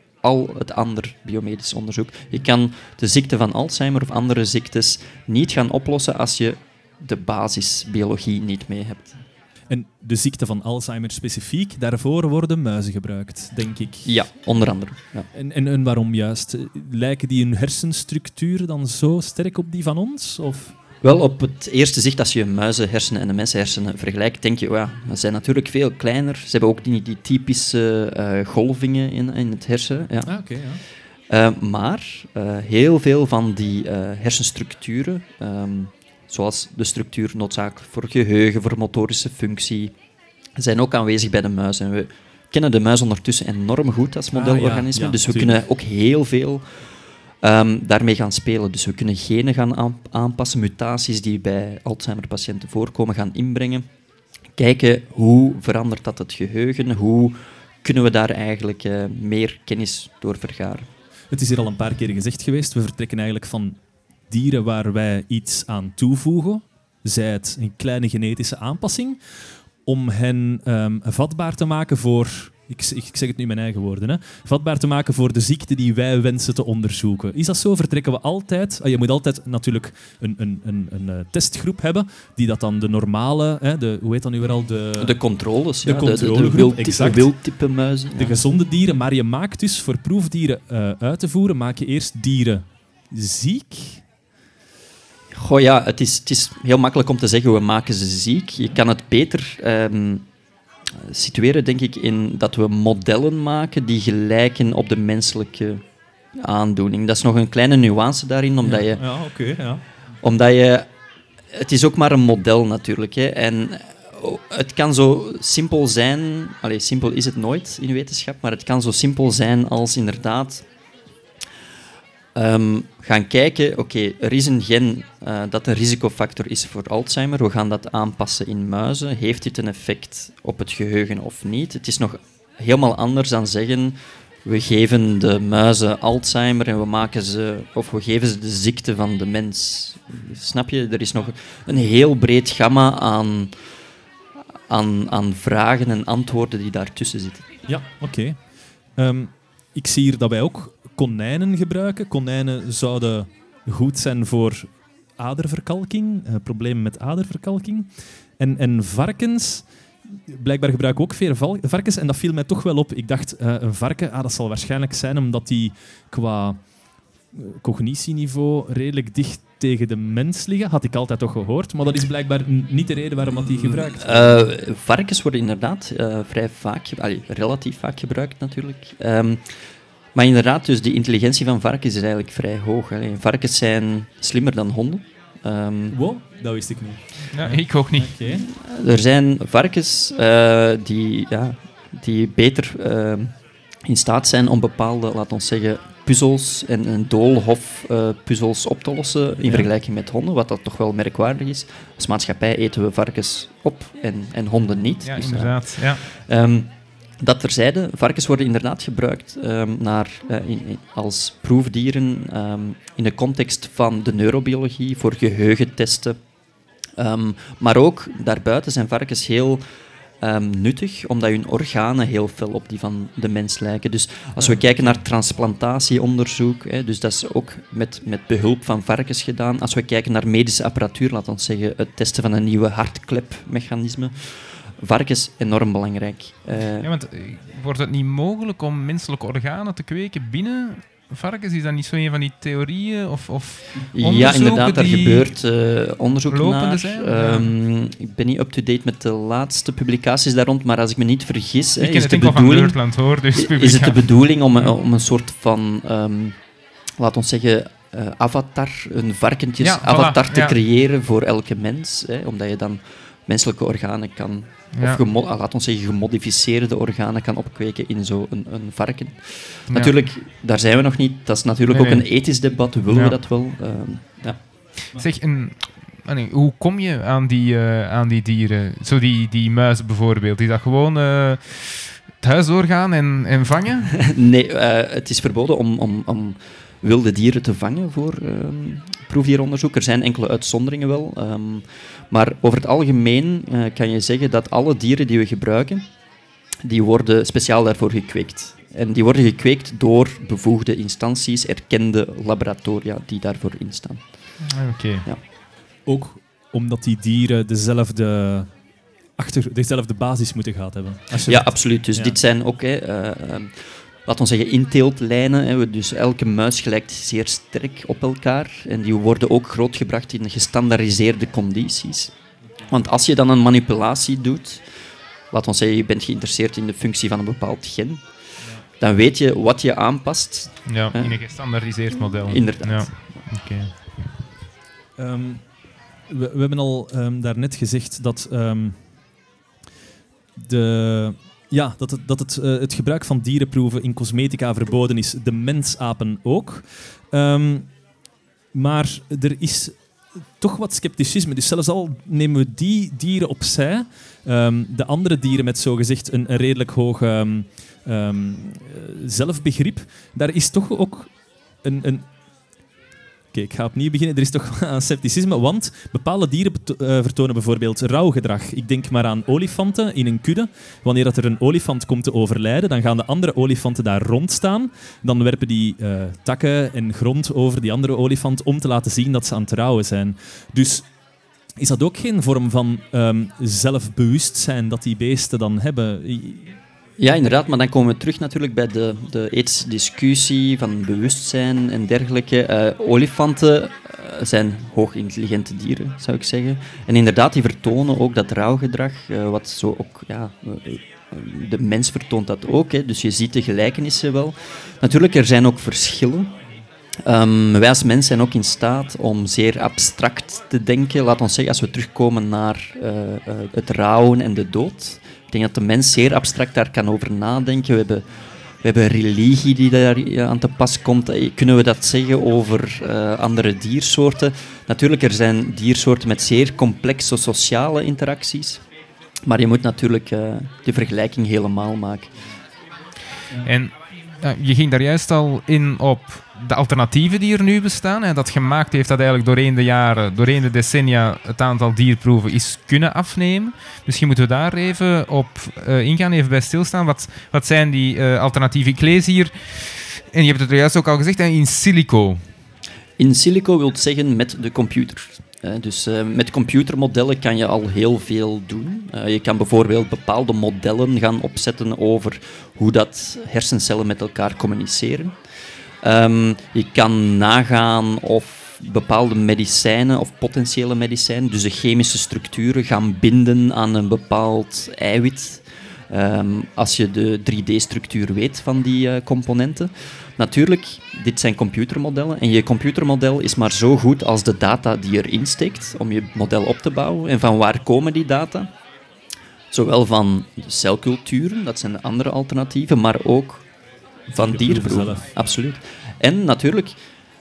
[SPEAKER 3] al het andere biomedisch onderzoek. Je kan de ziekte van Alzheimer of andere ziektes niet gaan oplossen als je de basisbiologie niet mee hebt.
[SPEAKER 2] En de ziekte van Alzheimer specifiek, daarvoor worden muizen gebruikt, denk ik.
[SPEAKER 3] Ja, onder andere. Ja.
[SPEAKER 2] En, en, en waarom juist? Lijken die hun hersenstructuur dan zo sterk op die van ons? Of?
[SPEAKER 3] Wel, op het eerste zicht, als je muizenhersenen en de mensenhersenen vergelijkt, denk je, oh ja, ze zijn natuurlijk veel kleiner. Ze hebben ook die, die typische uh, golvingen in, in het hersen. Ja.
[SPEAKER 2] Ah, okay, ja.
[SPEAKER 3] Uh, maar uh, heel veel van die uh, hersenstructuren... Um, zoals de structuur noodzakelijk voor geheugen, voor motorische functie, zijn ook aanwezig bij de muis. En we kennen de muis ondertussen enorm goed als modelorganisme, ah, ja, ja, dus we tuurlijk. kunnen ook heel veel um, daarmee gaan spelen. Dus we kunnen genen gaan aanpassen, mutaties die bij Alzheimer-patiënten voorkomen gaan inbrengen. Kijken hoe verandert dat het geheugen, hoe kunnen we daar eigenlijk uh, meer kennis door vergaren.
[SPEAKER 2] Het is hier al een paar keer gezegd geweest, we vertrekken eigenlijk van dieren waar wij iets aan toevoegen, zij het een kleine genetische aanpassing, om hen um, vatbaar te maken voor, ik, ik zeg het nu in mijn eigen woorden, hè, vatbaar te maken voor de ziekte die wij wensen te onderzoeken. Is dat zo? Vertrekken we altijd... Je moet altijd natuurlijk een, een, een, een testgroep hebben, die dat dan de normale, hè, de, hoe heet dat nu weer al? De,
[SPEAKER 3] de controles,
[SPEAKER 2] de
[SPEAKER 3] ja.
[SPEAKER 2] controlegroep,
[SPEAKER 3] de, de, de, de wildtype muizen. Ja.
[SPEAKER 2] De gezonde dieren, maar je maakt dus voor proefdieren uh, uit te voeren, maak je eerst dieren ziek...
[SPEAKER 3] Goh ja, het is, het is heel makkelijk om te zeggen, we maken ze ziek. Je kan het beter um, situeren, denk ik, in dat we modellen maken die gelijken op de menselijke aandoening. Dat is nog een kleine nuance daarin, omdat je...
[SPEAKER 2] Ja, oké, okay, ja.
[SPEAKER 3] Omdat je... Het is ook maar een model natuurlijk, hè. En het kan zo simpel zijn... Allee, simpel is het nooit in wetenschap, maar het kan zo simpel zijn als inderdaad... Um, gaan kijken, oké, okay, er is een gen uh, dat een risicofactor is voor Alzheimer. We gaan dat aanpassen in muizen. Heeft dit een effect op het geheugen of niet? Het is nog helemaal anders dan zeggen, we geven de muizen Alzheimer en we maken ze, of we geven ze de ziekte van de mens. Snap je? Er is nog een heel breed gamma aan, aan, aan vragen en antwoorden die daartussen zitten.
[SPEAKER 2] Ja, oké. Okay. Um ik zie hier dat wij ook konijnen gebruiken. Konijnen zouden goed zijn voor aderverkalking, uh, problemen met aderverkalking. En, en varkens, blijkbaar gebruiken ook veel val- varkens. En dat viel mij toch wel op. Ik dacht, uh, een varken, ah, dat zal waarschijnlijk zijn omdat die qua uh, cognitieniveau redelijk dicht tegen de mens liggen. Had ik altijd toch gehoord. Maar dat is blijkbaar n- niet de reden waarom dat die gebruikt wordt.
[SPEAKER 3] Uh, varkens worden inderdaad uh, vrij vaak, ge- allee, relatief vaak gebruikt natuurlijk. Um, maar inderdaad, dus die intelligentie van varkens is eigenlijk vrij hoog. Allee, varkens zijn slimmer dan honden. Um,
[SPEAKER 2] Wow, dat wist ik niet.
[SPEAKER 1] Ja, ik ook niet.
[SPEAKER 2] Okay.
[SPEAKER 3] Er zijn varkens uh, die, ja, die beter uh, in staat zijn om bepaalde, laten we zeggen, puzzels en, en doolhof-puzzels uh, op te lossen in ja. vergelijking met honden, wat dat toch wel merkwaardig is. Als maatschappij eten we varkens op en, en honden niet.
[SPEAKER 1] Ja,
[SPEAKER 3] dus,
[SPEAKER 1] inderdaad.
[SPEAKER 3] Uh,
[SPEAKER 1] ja.
[SPEAKER 3] Um, dat terzijde, varkens worden inderdaad gebruikt um, naar, uh, in, in, als proefdieren um, in de context van de neurobiologie, voor geheugentesten. Um, maar ook daarbuiten zijn varkens heel um, nuttig, omdat hun organen heel veel op die van de mens lijken. Dus als we kijken naar transplantatieonderzoek, hè, dus dat is ook met, met behulp van varkens gedaan. Als we kijken naar medische apparatuur, laten we zeggen het testen van een nieuwe hartklepmechanisme. Varkens enorm belangrijk. Uh,
[SPEAKER 1] ja, want wordt het niet mogelijk om menselijke organen te kweken binnen varkens? Is dat niet zo een van die theorieën of, of
[SPEAKER 3] ja, inderdaad, daar gebeurt uh, onderzoek naar.
[SPEAKER 1] Zijn,
[SPEAKER 3] um, ja. Ik ben niet up-to-date met de laatste publicaties daar rond, maar als ik me niet vergis,
[SPEAKER 1] ik
[SPEAKER 3] hè, is,
[SPEAKER 1] het
[SPEAKER 3] de bedoeling,
[SPEAKER 1] van hoor, dus
[SPEAKER 3] is het de bedoeling om, om een soort van, um, laat ons zeggen, uh, avatar, een varkentjes-avatar ja, voilà, te ja. creëren voor elke mens, hè, omdat je dan menselijke organen kan, ja. of gemo- laat ons zeggen gemodificeerde organen kan opkweken in zo'n een, een varken. Ja. Natuurlijk, daar zijn we nog niet. Dat is natuurlijk nee, ook nee. een ethisch debat. Willen ja. we dat wel? Uh, ja.
[SPEAKER 1] Zeg, een, nee, hoe kom je aan die, uh, aan die dieren? Zo die, die muizen bijvoorbeeld. Is dat gewoon uh, het huis doorgaan en, en vangen?
[SPEAKER 3] Nee, uh, het is verboden om... om, om wilde dieren te vangen voor um, proefdieronderzoek. Er zijn enkele uitzonderingen wel. Um, maar over het algemeen uh, kan je zeggen dat alle dieren die we gebruiken, die worden speciaal daarvoor gekweekt. En die worden gekweekt door bevoegde instanties, erkende laboratoria die daarvoor instaan.
[SPEAKER 1] Oké. Okay.
[SPEAKER 3] Ja.
[SPEAKER 2] Ook omdat die dieren dezelfde... achter dezelfde basis moeten gehad hebben.
[SPEAKER 3] Ja, het... absoluut. Dus ja. dit zijn ook... Hè, uh, um, laten we zeggen, inteeltlijnen. Hè. Dus elke muis gelijkt zeer sterk op elkaar. En die worden ook grootgebracht in gestandaardiseerde condities. Want als je dan een manipulatie doet, laten we zeggen, je bent geïnteresseerd in de functie van een bepaald gen, dan weet je wat je aanpast.
[SPEAKER 1] Ja, in een gestandaardiseerd model.
[SPEAKER 3] Inderdaad.
[SPEAKER 1] Ja. Okay.
[SPEAKER 2] Um, we, we hebben al um, daarnet gezegd dat um, de... Ja, dat het, dat het, uh, het gebruik van dierenproeven in cosmetica verboden is. De mensapen ook. Um, maar er is toch wat scepticisme. Dus zelfs al nemen we die dieren opzij, um, de andere dieren met zogezegd een, een redelijk hoog um, um, zelfbegrip, daar is toch ook een... een Oké, okay, ik ga opnieuw beginnen. Er is toch een scepticisme, want bepaalde dieren beto- uh, vertonen bijvoorbeeld rouwgedrag. Ik denk maar aan olifanten in een kudde. Wanneer dat er een olifant komt te overlijden, dan gaan de andere olifanten daar rondstaan. Dan werpen die uh, takken en grond over die andere olifant om te laten zien dat ze aan het rouwen zijn. Dus is dat ook geen vorm van um, zelfbewustzijn dat die beesten dan hebben?
[SPEAKER 3] Ja, inderdaad, maar dan komen we terug natuurlijk bij de, de ethische discussie van bewustzijn en dergelijke. Uh, olifanten uh, zijn hoogintelligente dieren, zou ik zeggen. En inderdaad, die vertonen ook dat rouwgedrag, uh, wat zo ook... Ja, uh, de mens vertoont dat ook, hè, dus je ziet de gelijkenissen wel. Natuurlijk, er zijn ook verschillen. Um, wij als mens zijn ook in staat om zeer abstract te denken. Laat ons zeggen, als we terugkomen naar uh, uh, het rouwen en de dood... Ik denk dat de mens zeer abstract daar kan over nadenken. We hebben, we hebben religie die daar aan te pas komt. Kunnen we dat zeggen over uh, andere diersoorten? Natuurlijk, er zijn diersoorten met zeer complexe sociale interacties. Maar je moet natuurlijk uh, de vergelijking helemaal maken.
[SPEAKER 1] En ja, je ging daar juist al in op de alternatieven die er nu bestaan. Hè, dat gemaakt heeft dat eigenlijk doorheen de jaren, doorheen de decennia, het aantal dierproeven is kunnen afnemen. Misschien moeten we daar even op uh, ingaan, even bij stilstaan. Wat, wat zijn die uh, alternatieven? Ik lees hier, en je hebt het er juist ook al gezegd, hè, in silico.
[SPEAKER 3] In silico wil zeggen met de computer. Uh, dus uh, met computermodellen kan je al heel veel doen. Uh, je kan bijvoorbeeld bepaalde modellen gaan opzetten over hoe dat hersencellen met elkaar communiceren. Um, je kan nagaan of bepaalde medicijnen of potentiële medicijnen, dus de chemische structuren, gaan binden aan een bepaald eiwit. Um, als je de drie D-structuur weet van die uh, componenten. Natuurlijk, dit zijn computermodellen en je computermodel is maar zo goed als de data die je erin steekt om je model op te bouwen. En van waar komen die data? Zowel van celculturen, dat zijn de andere alternatieven, maar ook van dierproeven. Absoluut. En natuurlijk,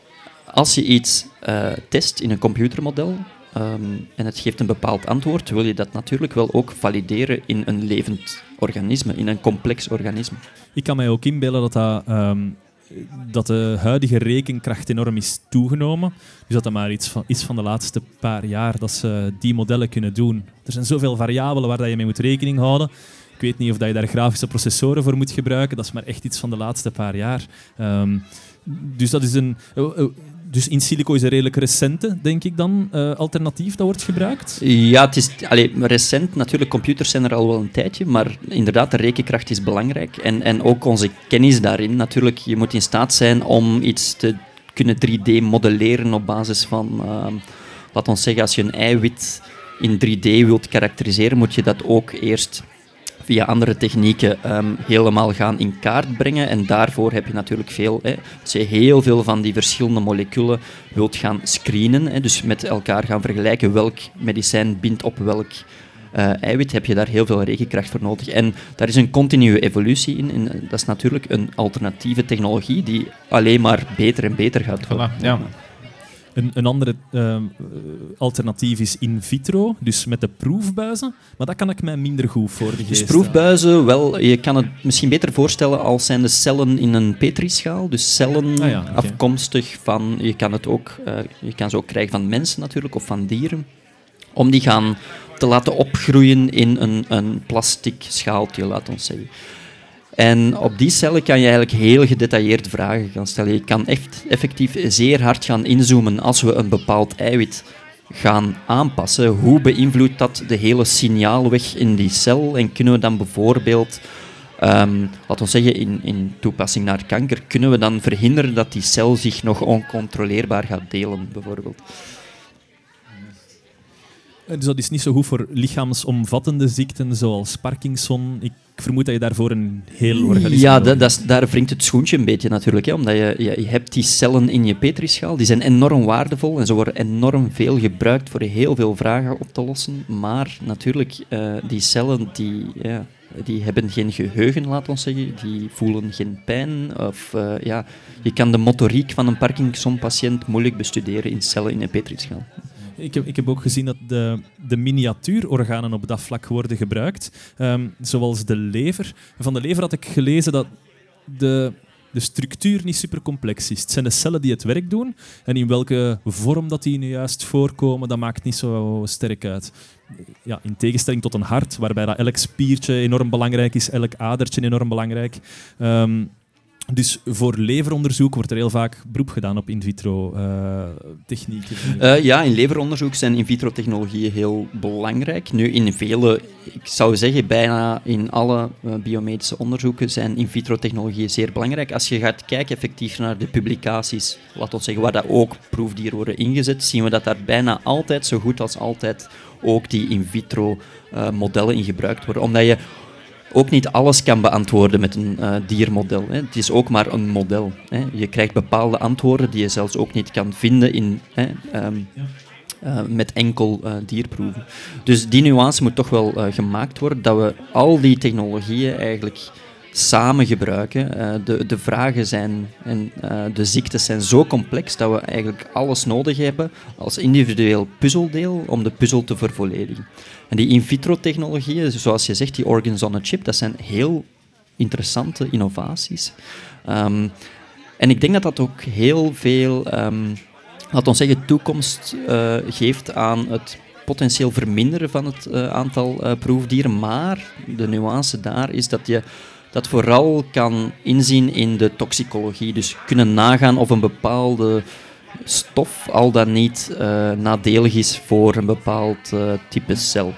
[SPEAKER 3] als je iets uh, test in een computermodel um, en het geeft een bepaald antwoord, wil je dat natuurlijk wel ook valideren in een levend organisme, in een complex organisme.
[SPEAKER 2] Ik kan mij ook inbeelden dat dat... Um dat de huidige rekenkracht enorm is toegenomen. Dus dat dat maar iets van, iets van de laatste paar jaar dat ze die modellen kunnen doen. Er zijn zoveel variabelen waar je mee moet rekening houden. Ik weet niet of je daar grafische processoren voor moet gebruiken. Dat is maar echt iets van de laatste paar jaar. Um, dus dat is een... Uh, uh, Dus in silico is een redelijk recente, denk ik dan, uh, alternatief dat wordt gebruikt?
[SPEAKER 3] Ja, het is allee, recent. Natuurlijk, computers zijn er al wel een tijdje, maar inderdaad, de rekenkracht is belangrijk. En, en ook onze kennis daarin. Natuurlijk, je moet in staat zijn om iets te kunnen drie D modelleren op basis van... Uh, laat ons zeggen, als je een eiwit in drie D wilt karakteriseren, moet je dat ook eerst via andere technieken um, helemaal gaan in kaart brengen. En daarvoor heb je natuurlijk veel... Hè, als je heel veel van die verschillende moleculen wilt gaan screenen, hè, dus met elkaar gaan vergelijken welk medicijn bindt op welk uh, eiwit, heb je daar heel veel rekenkracht voor nodig. En daar is een continue evolutie in. En dat is natuurlijk een alternatieve technologie die alleen maar beter en beter gaat worden.
[SPEAKER 1] Voilà, ja.
[SPEAKER 2] Een, een andere uh, alternatief is in vitro, dus met de proefbuizen. Maar dat kan ik mij minder goed voor de geest.
[SPEAKER 3] Dus proefbuizen, wel, je kan het misschien beter voorstellen als zijn de cellen in een petrischaal. Dus cellen
[SPEAKER 2] ah ja, okay.
[SPEAKER 3] afkomstig van... Je kan, het ook, uh, je kan ze ook krijgen van mensen natuurlijk, of van dieren. Om die gaan te laten opgroeien in een, een plastic schaaltje, laat ons zeggen. En op die cellen kan je eigenlijk heel gedetailleerd vragen gaan stellen. Je kan echt effectief zeer hard gaan inzoomen als we een bepaald eiwit gaan aanpassen. Hoe beïnvloedt dat de hele signaalweg in die cel? En kunnen we dan bijvoorbeeld, um, laten we zeggen in, in toepassing naar kanker, kunnen we dan verhinderen dat die cel zich nog oncontroleerbaar gaat delen, bijvoorbeeld?
[SPEAKER 2] Dus dat is niet zo goed voor lichaamsomvattende ziekten zoals Parkinson. Ik vermoed dat je daarvoor een heel organisme...
[SPEAKER 3] Ja, dat, dat is, daar wringt het schoentje een beetje natuurlijk. Hè, omdat je, je, je hebt die cellen in je petrischaal, die zijn enorm waardevol en ze worden enorm veel gebruikt voor heel veel vragen op te lossen. Maar natuurlijk, uh, die cellen die, ja, die hebben geen geheugen, laat ons zeggen. Die voelen geen pijn. Of, uh, ja, je kan de motoriek van een Parkinson-patiënt moeilijk bestuderen in cellen in een petrischaal.
[SPEAKER 2] Ik heb, ik heb ook gezien dat de, de miniatuurorganen op dat vlak worden gebruikt, um, zoals de lever. Van de lever had ik gelezen dat de, de structuur niet super complex is. Het zijn de cellen die het werk doen en in welke vorm dat die nu juist voorkomen, dat maakt niet zo sterk uit. Ja, in tegenstelling tot een hart, waarbij dat elk spiertje enorm belangrijk is, elk adertje enorm belangrijk. Um, Dus voor leveronderzoek wordt er heel vaak beroep gedaan op in vitro uh, technieken.
[SPEAKER 3] Uh, ja, in leveronderzoek zijn in vitro technologieën heel belangrijk. Nu, in vele, ik zou zeggen bijna in alle uh, biomedische onderzoeken zijn in vitro technologieën zeer belangrijk. Als je gaat kijken effectief naar de publicaties, laat ons zeggen, waar dat ook proefdieren worden ingezet, zien we dat daar bijna altijd, zo goed als altijd, ook die in vitro uh, modellen in gebruikt worden. Omdat je ook niet alles kan beantwoorden met een uh, diermodel. Hè. Het is ook maar een model. Hè. Je krijgt bepaalde antwoorden die je zelfs ook niet kan vinden in, hè, um, uh, met enkel uh, dierproeven. Dus die nuance moet toch wel uh, gemaakt worden, dat we al die technologieën eigenlijk samen gebruiken. Uh, de, de vragen zijn en uh, de ziektes zijn zo complex dat we eigenlijk alles nodig hebben als individueel puzzeldeel om de puzzel te vervolledigen. En die in vitro technologieën, zoals je zegt, die organs on a chip, dat zijn heel interessante innovaties. Um, en ik denk dat dat ook heel veel, um, laten we zeggen, toekomst uh, geeft aan het potentieel verminderen van het uh, aantal uh, proefdieren. Maar de nuance daar is dat je dat vooral kan inzien in de toxicologie. Dus kunnen nagaan of een bepaalde stof al dan niet uh, nadelig is voor een bepaald uh, type cel.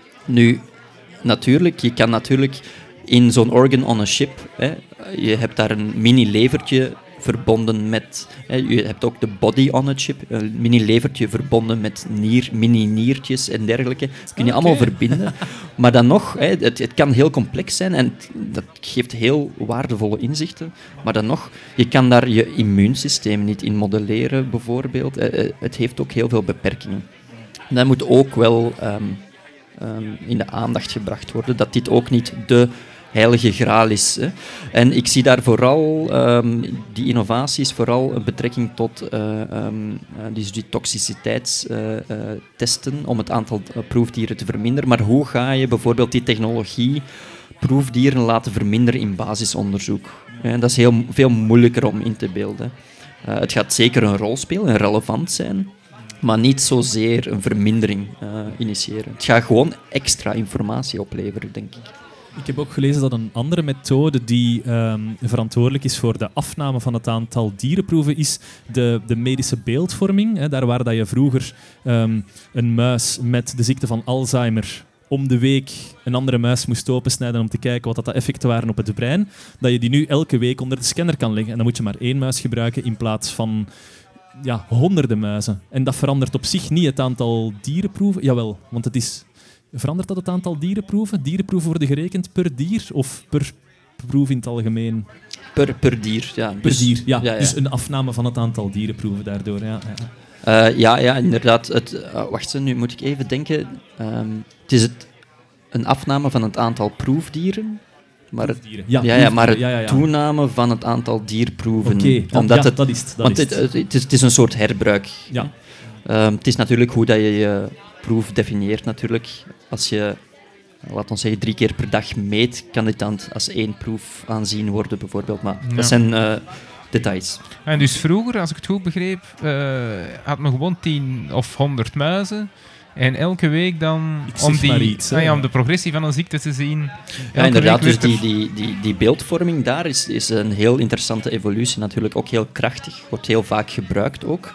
[SPEAKER 3] Nu, natuurlijk, je kan natuurlijk in zo'n organ on a chip, hè, je hebt daar een mini-levertje verbonden met, hè, je hebt ook de body on a chip, een mini-levertje verbonden met nier, mini-niertjes en dergelijke. Dat kun je
[SPEAKER 2] Okay.
[SPEAKER 3] allemaal verbinden. Maar dan nog, hè, het, het kan heel complex zijn en het, dat geeft heel waardevolle inzichten. Maar dan nog, je kan daar je immuunsysteem niet in modelleren, bijvoorbeeld. Eh, Het heeft ook heel veel beperkingen. En dat moet ook wel um, um, in de aandacht gebracht worden, dat dit ook niet de heilige graal is. Hè. En ik zie daar vooral, um, die innovaties, vooral een betrekking tot uh, um, uh, dus die toxiciteitstesten uh, uh, om het aantal uh, proefdieren te verminderen. Maar hoe ga je bijvoorbeeld die technologie proefdieren laten verminderen in basisonderzoek? Ja, dat is heel, veel moeilijker om in te beelden. Uh, het gaat zeker een rol spelen en relevant zijn, maar niet zozeer een vermindering uh, initiëren. Het gaat gewoon extra informatie opleveren, denk ik.
[SPEAKER 2] Ik heb ook gelezen dat een andere methode die um, verantwoordelijk is voor de afname van het aantal dierenproeven is de, de medische beeldvorming. Hè, daar waar dat je vroeger um, een muis met de ziekte van Alzheimer om de week een andere muis moest opensnijden om te kijken wat dat de effecten waren op het brein, dat je die nu elke week onder de scanner kan leggen. En dan moet je maar één muis gebruiken in plaats van ja, honderden muizen. En dat verandert op zich niet het aantal dierenproeven. Jawel, want het is... Verandert dat het aantal dierenproeven? Dierenproeven worden gerekend per dier of per proef in het algemeen?
[SPEAKER 3] Per, per dier, ja.
[SPEAKER 2] Per
[SPEAKER 3] Dus,
[SPEAKER 2] dier, ja.
[SPEAKER 3] ja, ja.
[SPEAKER 2] Dus een afname van het aantal dierenproeven daardoor. Ja, ja.
[SPEAKER 3] Uh, ja, ja, inderdaad. Het, uh, wacht, nu moet ik even denken. Um, het is het, een afname van het aantal proefdieren, maar het,
[SPEAKER 2] Proefdieren.
[SPEAKER 3] ja,
[SPEAKER 2] Ja,
[SPEAKER 3] ja, maar het
[SPEAKER 2] ja, ja, ja.
[SPEAKER 3] toename van het aantal dierproeven.
[SPEAKER 2] Oké, dan-
[SPEAKER 3] Omdat
[SPEAKER 2] ja,
[SPEAKER 3] het,
[SPEAKER 2] dat is het. Dat
[SPEAKER 3] want
[SPEAKER 2] is
[SPEAKER 3] het,
[SPEAKER 2] het.
[SPEAKER 3] het, het is, het is een soort herbruik.
[SPEAKER 2] Ja.
[SPEAKER 3] Um, het is natuurlijk hoe dat je je proef definieert natuurlijk. Als je, laten we zeggen, drie keer per dag meet, kan dit dan als één proef aanzien worden, bijvoorbeeld. Maar
[SPEAKER 1] Ja.
[SPEAKER 3] dat zijn uh, details.
[SPEAKER 1] En dus vroeger, als ik het goed begreep, uh, had men gewoon tien of honderd muizen. En elke week dan,
[SPEAKER 2] Ik zeg
[SPEAKER 1] om, die,
[SPEAKER 2] maar iets, hè.
[SPEAKER 1] ah ja, om de progressie van een ziekte te zien.
[SPEAKER 3] Ja,
[SPEAKER 1] elke
[SPEAKER 3] inderdaad.
[SPEAKER 1] week
[SPEAKER 3] Dus
[SPEAKER 1] werd
[SPEAKER 3] die,
[SPEAKER 1] er-
[SPEAKER 3] die, die, die beeldvorming daar is, is een heel interessante evolutie. Natuurlijk ook heel krachtig. Wordt heel vaak gebruikt ook.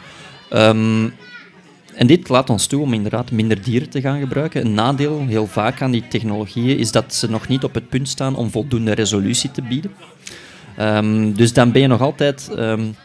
[SPEAKER 3] Um, en dit laat ons toe om inderdaad minder dieren te gaan gebruiken. Een nadeel heel vaak aan die technologieën is dat ze nog niet op het punt staan om voldoende resolutie te bieden. Um, dus dan ben je nog altijd... Um,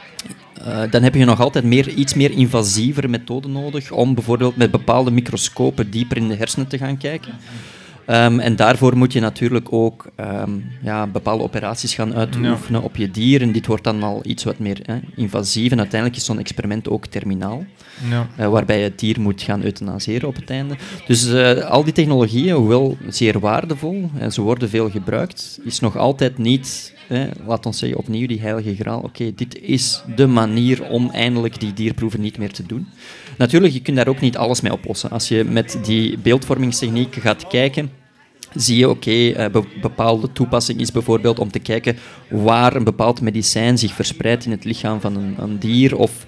[SPEAKER 3] Uh, dan heb je nog altijd meer, iets meer invasievere methoden nodig om bijvoorbeeld met bepaalde microscopen dieper in de hersenen te gaan kijken. Um, en daarvoor moet je natuurlijk ook um, ja, bepaalde operaties gaan uitoefenen
[SPEAKER 1] Ja.
[SPEAKER 3] op je dier. En dit wordt dan al iets wat meer hè, invasief. En uiteindelijk is zo'n experiment ook terminaal,
[SPEAKER 1] Ja.
[SPEAKER 3] uh, waarbij je het dier moet gaan euthanaseren op het einde. Dus uh, al die technologieën, hoewel zeer waardevol, en ze worden veel gebruikt, is nog altijd niet... Hè, laat ons zeggen, opnieuw die heilige graal. Oké, okay, dit is de manier om eindelijk die dierproeven niet meer te doen. Natuurlijk, je kunt daar ook niet alles mee oplossen. Als je met die beeldvormingstechnieken gaat kijken, zie je, oké, okay, uh, be- bepaalde toepassing is bijvoorbeeld om te kijken waar een bepaald medicijn zich verspreidt in het lichaam van een, een dier, of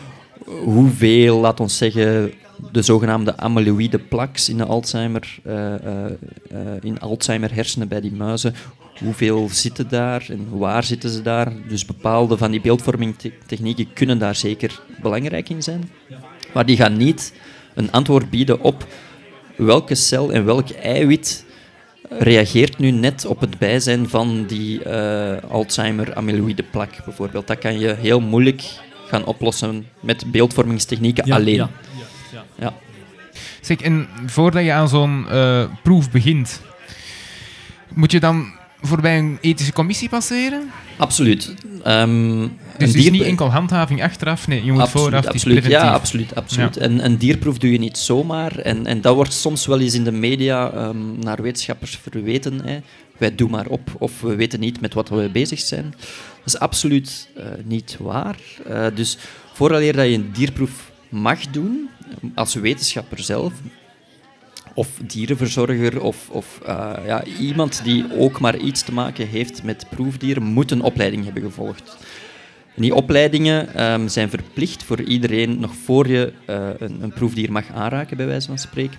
[SPEAKER 3] hoeveel, laat ons zeggen, de zogenaamde amyloïde plaques in de Alzheimer, uh, uh, uh, in Alzheimer hersenen bij die muizen, hoeveel zitten daar en waar zitten ze daar? Dus bepaalde van die beeldvormingtechnieken kunnen daar zeker belangrijk in zijn. Maar die gaan niet een antwoord bieden op welke cel en welk eiwit reageert nu net op het bijzijn van die uh, Alzheimer-amyloïde plak, bijvoorbeeld. Dat kan je heel moeilijk gaan oplossen met beeldvormingstechnieken
[SPEAKER 2] Ja,
[SPEAKER 3] alleen.
[SPEAKER 2] ja, ja, ja.
[SPEAKER 3] Ja.
[SPEAKER 1] Zeg, en voordat je aan zo'n uh, proef begint, moet je dan voorbij een ethische commissie passeren?
[SPEAKER 3] Absoluut. Um,
[SPEAKER 1] Dus
[SPEAKER 3] een
[SPEAKER 1] het is
[SPEAKER 3] dier-
[SPEAKER 1] niet enkel handhaving achteraf, nee, je moet
[SPEAKER 3] absoluut,
[SPEAKER 1] vooraf, het is
[SPEAKER 3] absoluut,
[SPEAKER 1] preventief.
[SPEAKER 3] ja, absoluut, absoluut.
[SPEAKER 1] Ja.
[SPEAKER 3] En een dierproef doe je niet zomaar. En, en dat wordt soms wel eens in de media um, naar wetenschappers verweten. Hè. Wij doen maar op, of we weten niet met wat we bezig zijn. Dat is absoluut uh, niet waar. Uh, dus vooraleer dat je een dierproef mag doen, als wetenschapper zelf, of dierenverzorger of, of uh, ja, iemand die ook maar iets te maken heeft met proefdieren, moet een opleiding hebben gevolgd. En die opleidingen um, zijn verplicht voor iedereen nog voor je uh, een, een proefdier mag aanraken, bij wijze van spreken.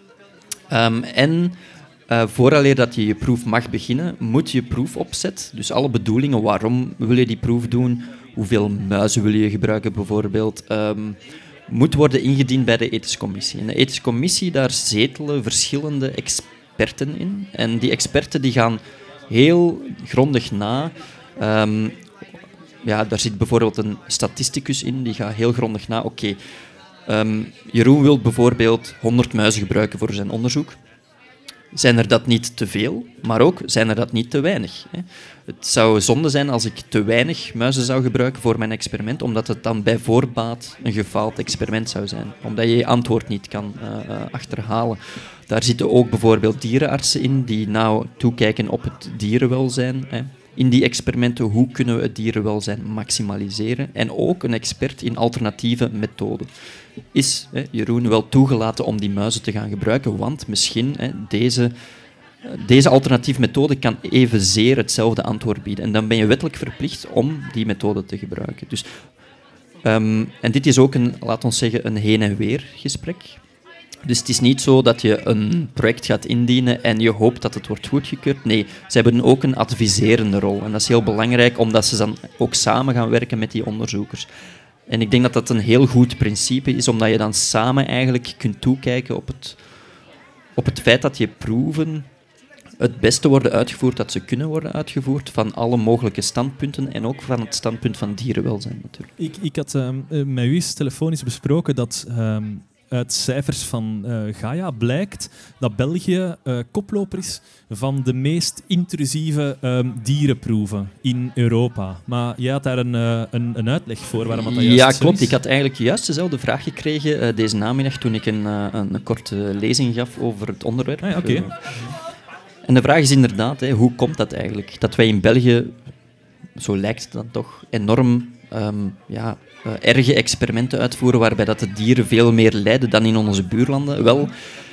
[SPEAKER 3] Um, en uh, vooraleer dat je je proef mag beginnen, moet je proefopzet, dus alle bedoelingen, waarom wil je die proef doen, hoeveel muizen wil je gebruiken bijvoorbeeld, um, moet worden ingediend bij de ethische commissie. En de ethische commissie, daar zetelen verschillende experten in. En die experten die gaan heel grondig na. Um, ja, daar zit bijvoorbeeld een statisticus in, die gaat heel grondig na. Oké, okay, um, Jeroen wil bijvoorbeeld honderd muizen gebruiken voor zijn onderzoek. Zijn er dat niet te veel, maar ook zijn er dat niet te weinig. Hè? Het zou zonde zijn als ik te weinig muizen zou gebruiken voor mijn experiment, omdat het dan bij voorbaat een gefaald experiment zou zijn. Omdat je je antwoord niet kan uh, uh, achterhalen. Daar zitten ook bijvoorbeeld dierenartsen in, die nou toekijken op het dierenwelzijn. Hè? In die experimenten, hoe kunnen we het dierenwelzijn maximaliseren? En ook een expert in alternatieve methoden. Is hè, Jeroen wel toegelaten om die muizen te gaan gebruiken? Want misschien hè, deze, deze alternatieve methode kan evenzeer hetzelfde antwoord bieden. En dan ben je wettelijk verplicht om die methode te gebruiken. Dus, um, en dit is ook een, laat ons zeggen, een heen- en weer gesprek. Dus het is niet zo dat je een project gaat indienen en je hoopt dat het wordt goedgekeurd. Nee, ze hebben ook een adviserende rol. En dat is heel belangrijk, omdat ze dan ook samen gaan werken met die onderzoekers. En ik denk dat dat een heel goed principe is, omdat je dan samen eigenlijk kunt toekijken op het, op het feit dat je proeven het beste worden uitgevoerd dat ze kunnen worden uitgevoerd, van alle mogelijke standpunten en ook van het standpunt van dierenwelzijn natuurlijk.
[SPEAKER 2] Ik, ik had uh, met u eens telefonisch besproken dat uh, uit cijfers van uh, Gaia blijkt dat België uh, koploper is van de meest intrusieve um, dierenproeven in Europa. Maar jij had daar een, uh, een, een uitleg voor waarom dat juist
[SPEAKER 3] Ja,
[SPEAKER 2] zo
[SPEAKER 3] klopt.
[SPEAKER 2] is.
[SPEAKER 3] Ik had eigenlijk juist dezelfde vraag gekregen uh, deze namiddag toen ik een, uh, een korte lezing gaf over het onderwerp.
[SPEAKER 2] Ah, ja, okay.
[SPEAKER 3] uh, en de vraag is inderdaad, hè, hoe komt dat eigenlijk? Dat wij in België, zo lijkt het dan toch, enorm um, ja, uh, erge experimenten uitvoeren waarbij dat de dieren veel meer lijden dan in onze buurlanden. Wel,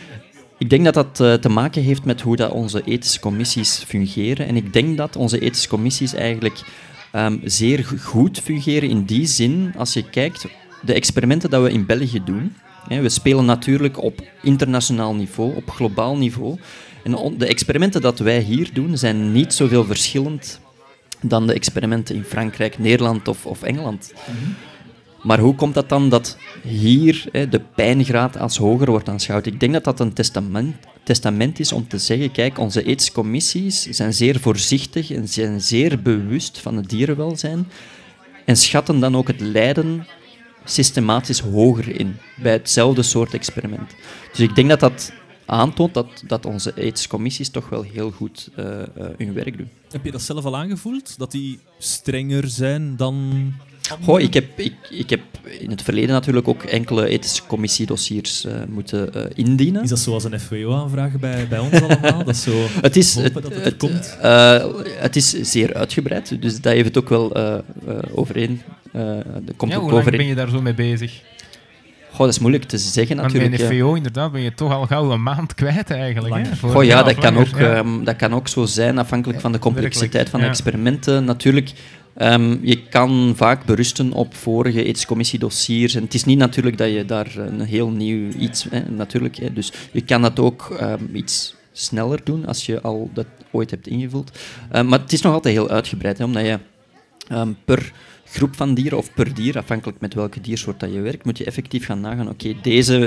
[SPEAKER 3] ik denk dat dat uh, te maken heeft met hoe dat onze ethische commissies fungeren. En ik denk dat onze ethische commissies eigenlijk um, zeer goed fungeren in die zin, als je kijkt, de experimenten dat we in België doen. Hè, we spelen natuurlijk op internationaal niveau, op globaal niveau. En de experimenten dat wij hier doen, zijn niet zoveel verschillend dan de experimenten in Frankrijk, Nederland of, of Engeland. Mm-hmm. Maar hoe komt dat dan dat hier hè, de pijngraad als hoger wordt aanschouwd? Ik denk dat dat een testament, testament is om te zeggen, kijk, onze ethische commissies zijn zeer voorzichtig en zijn zeer bewust van het dierenwelzijn en schatten dan ook het lijden systematisch hoger in bij hetzelfde soort experiment. Dus ik denk dat dat aantoont dat, dat onze ethische commissies toch wel heel goed uh, uh, hun werk doen.
[SPEAKER 2] Heb je dat zelf al aangevoeld? Dat die strenger zijn dan...
[SPEAKER 3] Goh, ik, heb, ik, ik heb in het verleden natuurlijk ook enkele ethische commissiedossiers uh, moeten uh, indienen.
[SPEAKER 2] Is dat zoals een F W O-aanvraag bij, bij ons allemaal? Dat is zo
[SPEAKER 3] het is,
[SPEAKER 2] hopen
[SPEAKER 3] het,
[SPEAKER 2] dat het,
[SPEAKER 3] het
[SPEAKER 2] komt?
[SPEAKER 3] Uh, het is zeer uitgebreid, dus dat heeft het ook wel uh, uh, overeen. Uh, komt
[SPEAKER 1] ja,
[SPEAKER 3] ook
[SPEAKER 1] hoe lang
[SPEAKER 3] overeen.
[SPEAKER 1] ben je daar zo mee bezig?
[SPEAKER 3] Goh, dat is moeilijk te zeggen
[SPEAKER 1] Want
[SPEAKER 3] natuurlijk.
[SPEAKER 1] bij een F V O inderdaad ben je toch al gauw een maand kwijt eigenlijk. Hè, voor,
[SPEAKER 3] Goh, ja,
[SPEAKER 1] ja,
[SPEAKER 3] dat, kan
[SPEAKER 1] langer,
[SPEAKER 3] ook,
[SPEAKER 1] ja.
[SPEAKER 3] um, dat kan ook zo zijn, afhankelijk van de complexiteit van de
[SPEAKER 1] ja.
[SPEAKER 3] experimenten. Natuurlijk, um, je kan vaak berusten op vorige ethische commissiedossiers. En het is niet natuurlijk dat je daar een heel nieuw iets... Hè, natuurlijk, hè, dus je kan dat ook um, iets sneller doen als je al dat ooit hebt ingevuld. Um, maar het is nog altijd heel uitgebreid, hè, omdat je um, per groep van dieren of per dier, afhankelijk met welke diersoort dat je werkt, moet je effectief gaan nagaan, oké, okay, deze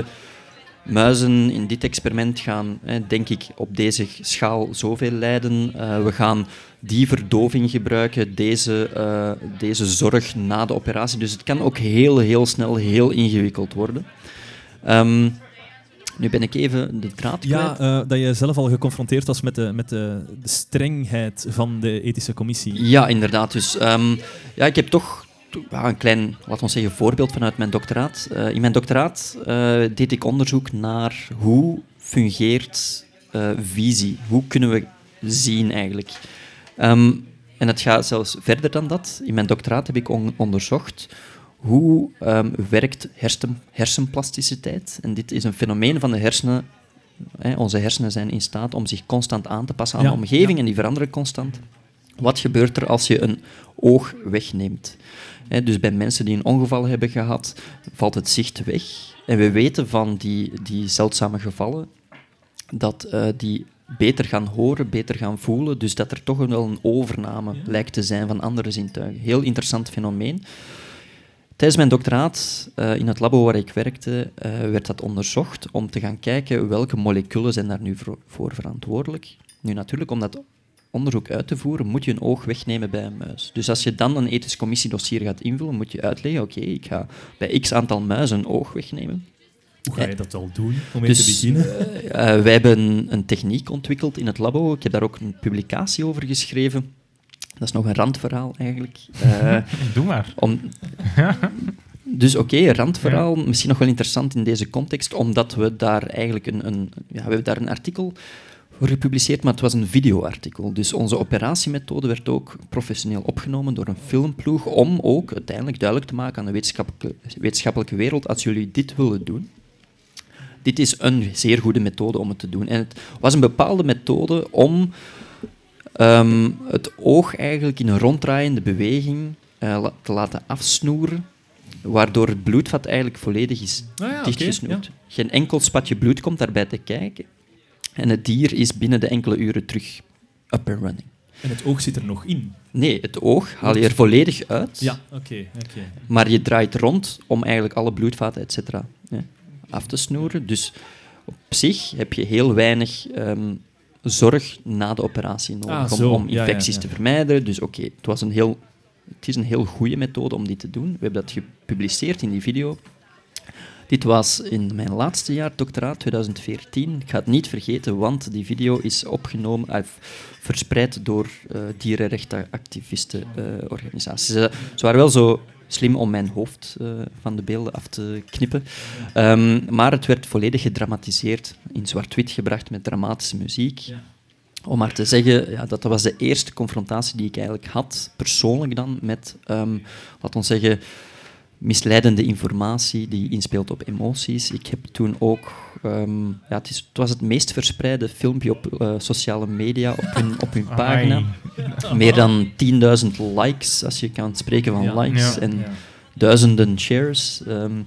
[SPEAKER 3] muizen in dit experiment gaan, hè, denk ik, op deze schaal zoveel lijden. Uh, we gaan die verdoving gebruiken, deze, uh, deze zorg na de operatie. Dus het kan ook heel, heel snel heel ingewikkeld worden. Um, nu ben ik even de draad kwijt.
[SPEAKER 2] Ja, uh, dat je zelf al geconfronteerd was met de, met de, de strengheid van de ethische commissie.
[SPEAKER 3] Ja, inderdaad. Dus um, ja, ik heb toch ja, een klein, laten we zeggen, voorbeeld vanuit mijn doctoraat. Uh, in mijn doctoraat uh, deed ik onderzoek naar hoe fungeert uh, visie. Hoe kunnen we zien eigenlijk? Um, en het gaat zelfs verder dan dat. In mijn doctoraat heb ik on- onderzocht hoe um, werkt hersen, hersenplasticiteit. En dit is een fenomeen van de hersenen Hè, onze hersenen zijn in staat om zich constant aan te passen aan
[SPEAKER 2] Ja,
[SPEAKER 3] de omgeving
[SPEAKER 2] ja.
[SPEAKER 3] en die veranderen constant. Wat gebeurt er als je een oog wegneemt? Hè, dus bij mensen die een ongeval hebben gehad, valt het zicht weg. En we weten van die, die zeldzame gevallen dat uh, die beter gaan horen, beter gaan voelen, dus dat er toch wel een overname ja. lijkt te zijn van andere zintuigen. Heel interessant fenomeen. Tijdens mijn doctoraat, uh, in het labo waar ik werkte, uh, werd dat onderzocht om te gaan kijken welke moleculen zijn daar nu voor, voor verantwoordelijk. Nu natuurlijk, om dat onderzoek uit te voeren, moet je een oog wegnemen bij een muis. Dus als je dan een ethisch commissiedossier gaat invullen, moet je uitleggen, oké, okay, ik ga bij x aantal muizen een oog wegnemen.
[SPEAKER 2] Hoe ga je dat al doen, om mee
[SPEAKER 3] dus,
[SPEAKER 2] te beginnen?
[SPEAKER 3] Uh, uh, wij hebben een, een techniek ontwikkeld in het labo. Ik heb daar ook een publicatie over geschreven. Dat is nog een randverhaal, eigenlijk. Uh,
[SPEAKER 1] Doe maar.
[SPEAKER 3] Om, dus oké, okay, een randverhaal. Ja. Misschien nog wel interessant in deze context, omdat we daar eigenlijk een... een ja, we hebben daar een artikel voor gepubliceerd, maar het was een videoartikel. Dus onze operatiemethode werd ook professioneel opgenomen door een filmploeg om ook uiteindelijk duidelijk te maken aan de wetenschappelijke, wetenschappelijke wereld, als jullie dit willen doen, dit is een zeer goede methode om het te doen. En het was een bepaalde methode om um, het oog eigenlijk in een ronddraaiende beweging uh, te laten afsnoeren, waardoor het bloedvat eigenlijk volledig is
[SPEAKER 2] ah ja,
[SPEAKER 3] dichtgesnoerd.
[SPEAKER 2] Okay, ja.
[SPEAKER 3] Geen enkel spatje bloed komt daarbij te kijken. En het dier is binnen de enkele uren terug up and running.
[SPEAKER 2] En het oog zit er nog in?
[SPEAKER 3] Nee, het oog haal je er volledig uit.
[SPEAKER 2] Ja, oké. Okay, okay.
[SPEAKER 3] Maar je draait rond om eigenlijk alle bloedvaten, et cetera, ja, af te snoeren. Dus op zich heb je heel weinig um, zorg na de operatie nodig
[SPEAKER 2] ah,
[SPEAKER 3] om, om infecties
[SPEAKER 2] ja, ja, ja.
[SPEAKER 3] te vermijden. Dus oké, okay, het was een heel, het is een heel goede methode om dit te doen. We hebben dat gepubliceerd in die video. Dit was in mijn laatste jaar doctoraat, twintig veertien. Ik ga het niet vergeten, want die video is opgenomen, uh, verspreid door uh, dierenrechtenactivisten-organisaties. Uh, ze waren wel zo slim om mijn hoofd uh, van de beelden af te knippen. Um, maar het werd volledig gedramatiseerd, in zwart-wit gebracht met dramatische muziek. Om maar te zeggen, ja, dat was de eerste confrontatie die ik eigenlijk had, persoonlijk dan, met, um, laten we zeggen, misleidende informatie die inspeelt op emoties. Ik heb toen ook... Um, ja, het, is, het was het meest verspreide filmpje op uh, sociale media, op hun, op hun pagina. Meer dan tienduizend likes, als je kan spreken van
[SPEAKER 2] ja,
[SPEAKER 3] likes.
[SPEAKER 2] Ja,
[SPEAKER 3] en
[SPEAKER 2] ja.
[SPEAKER 3] duizenden shares. Um,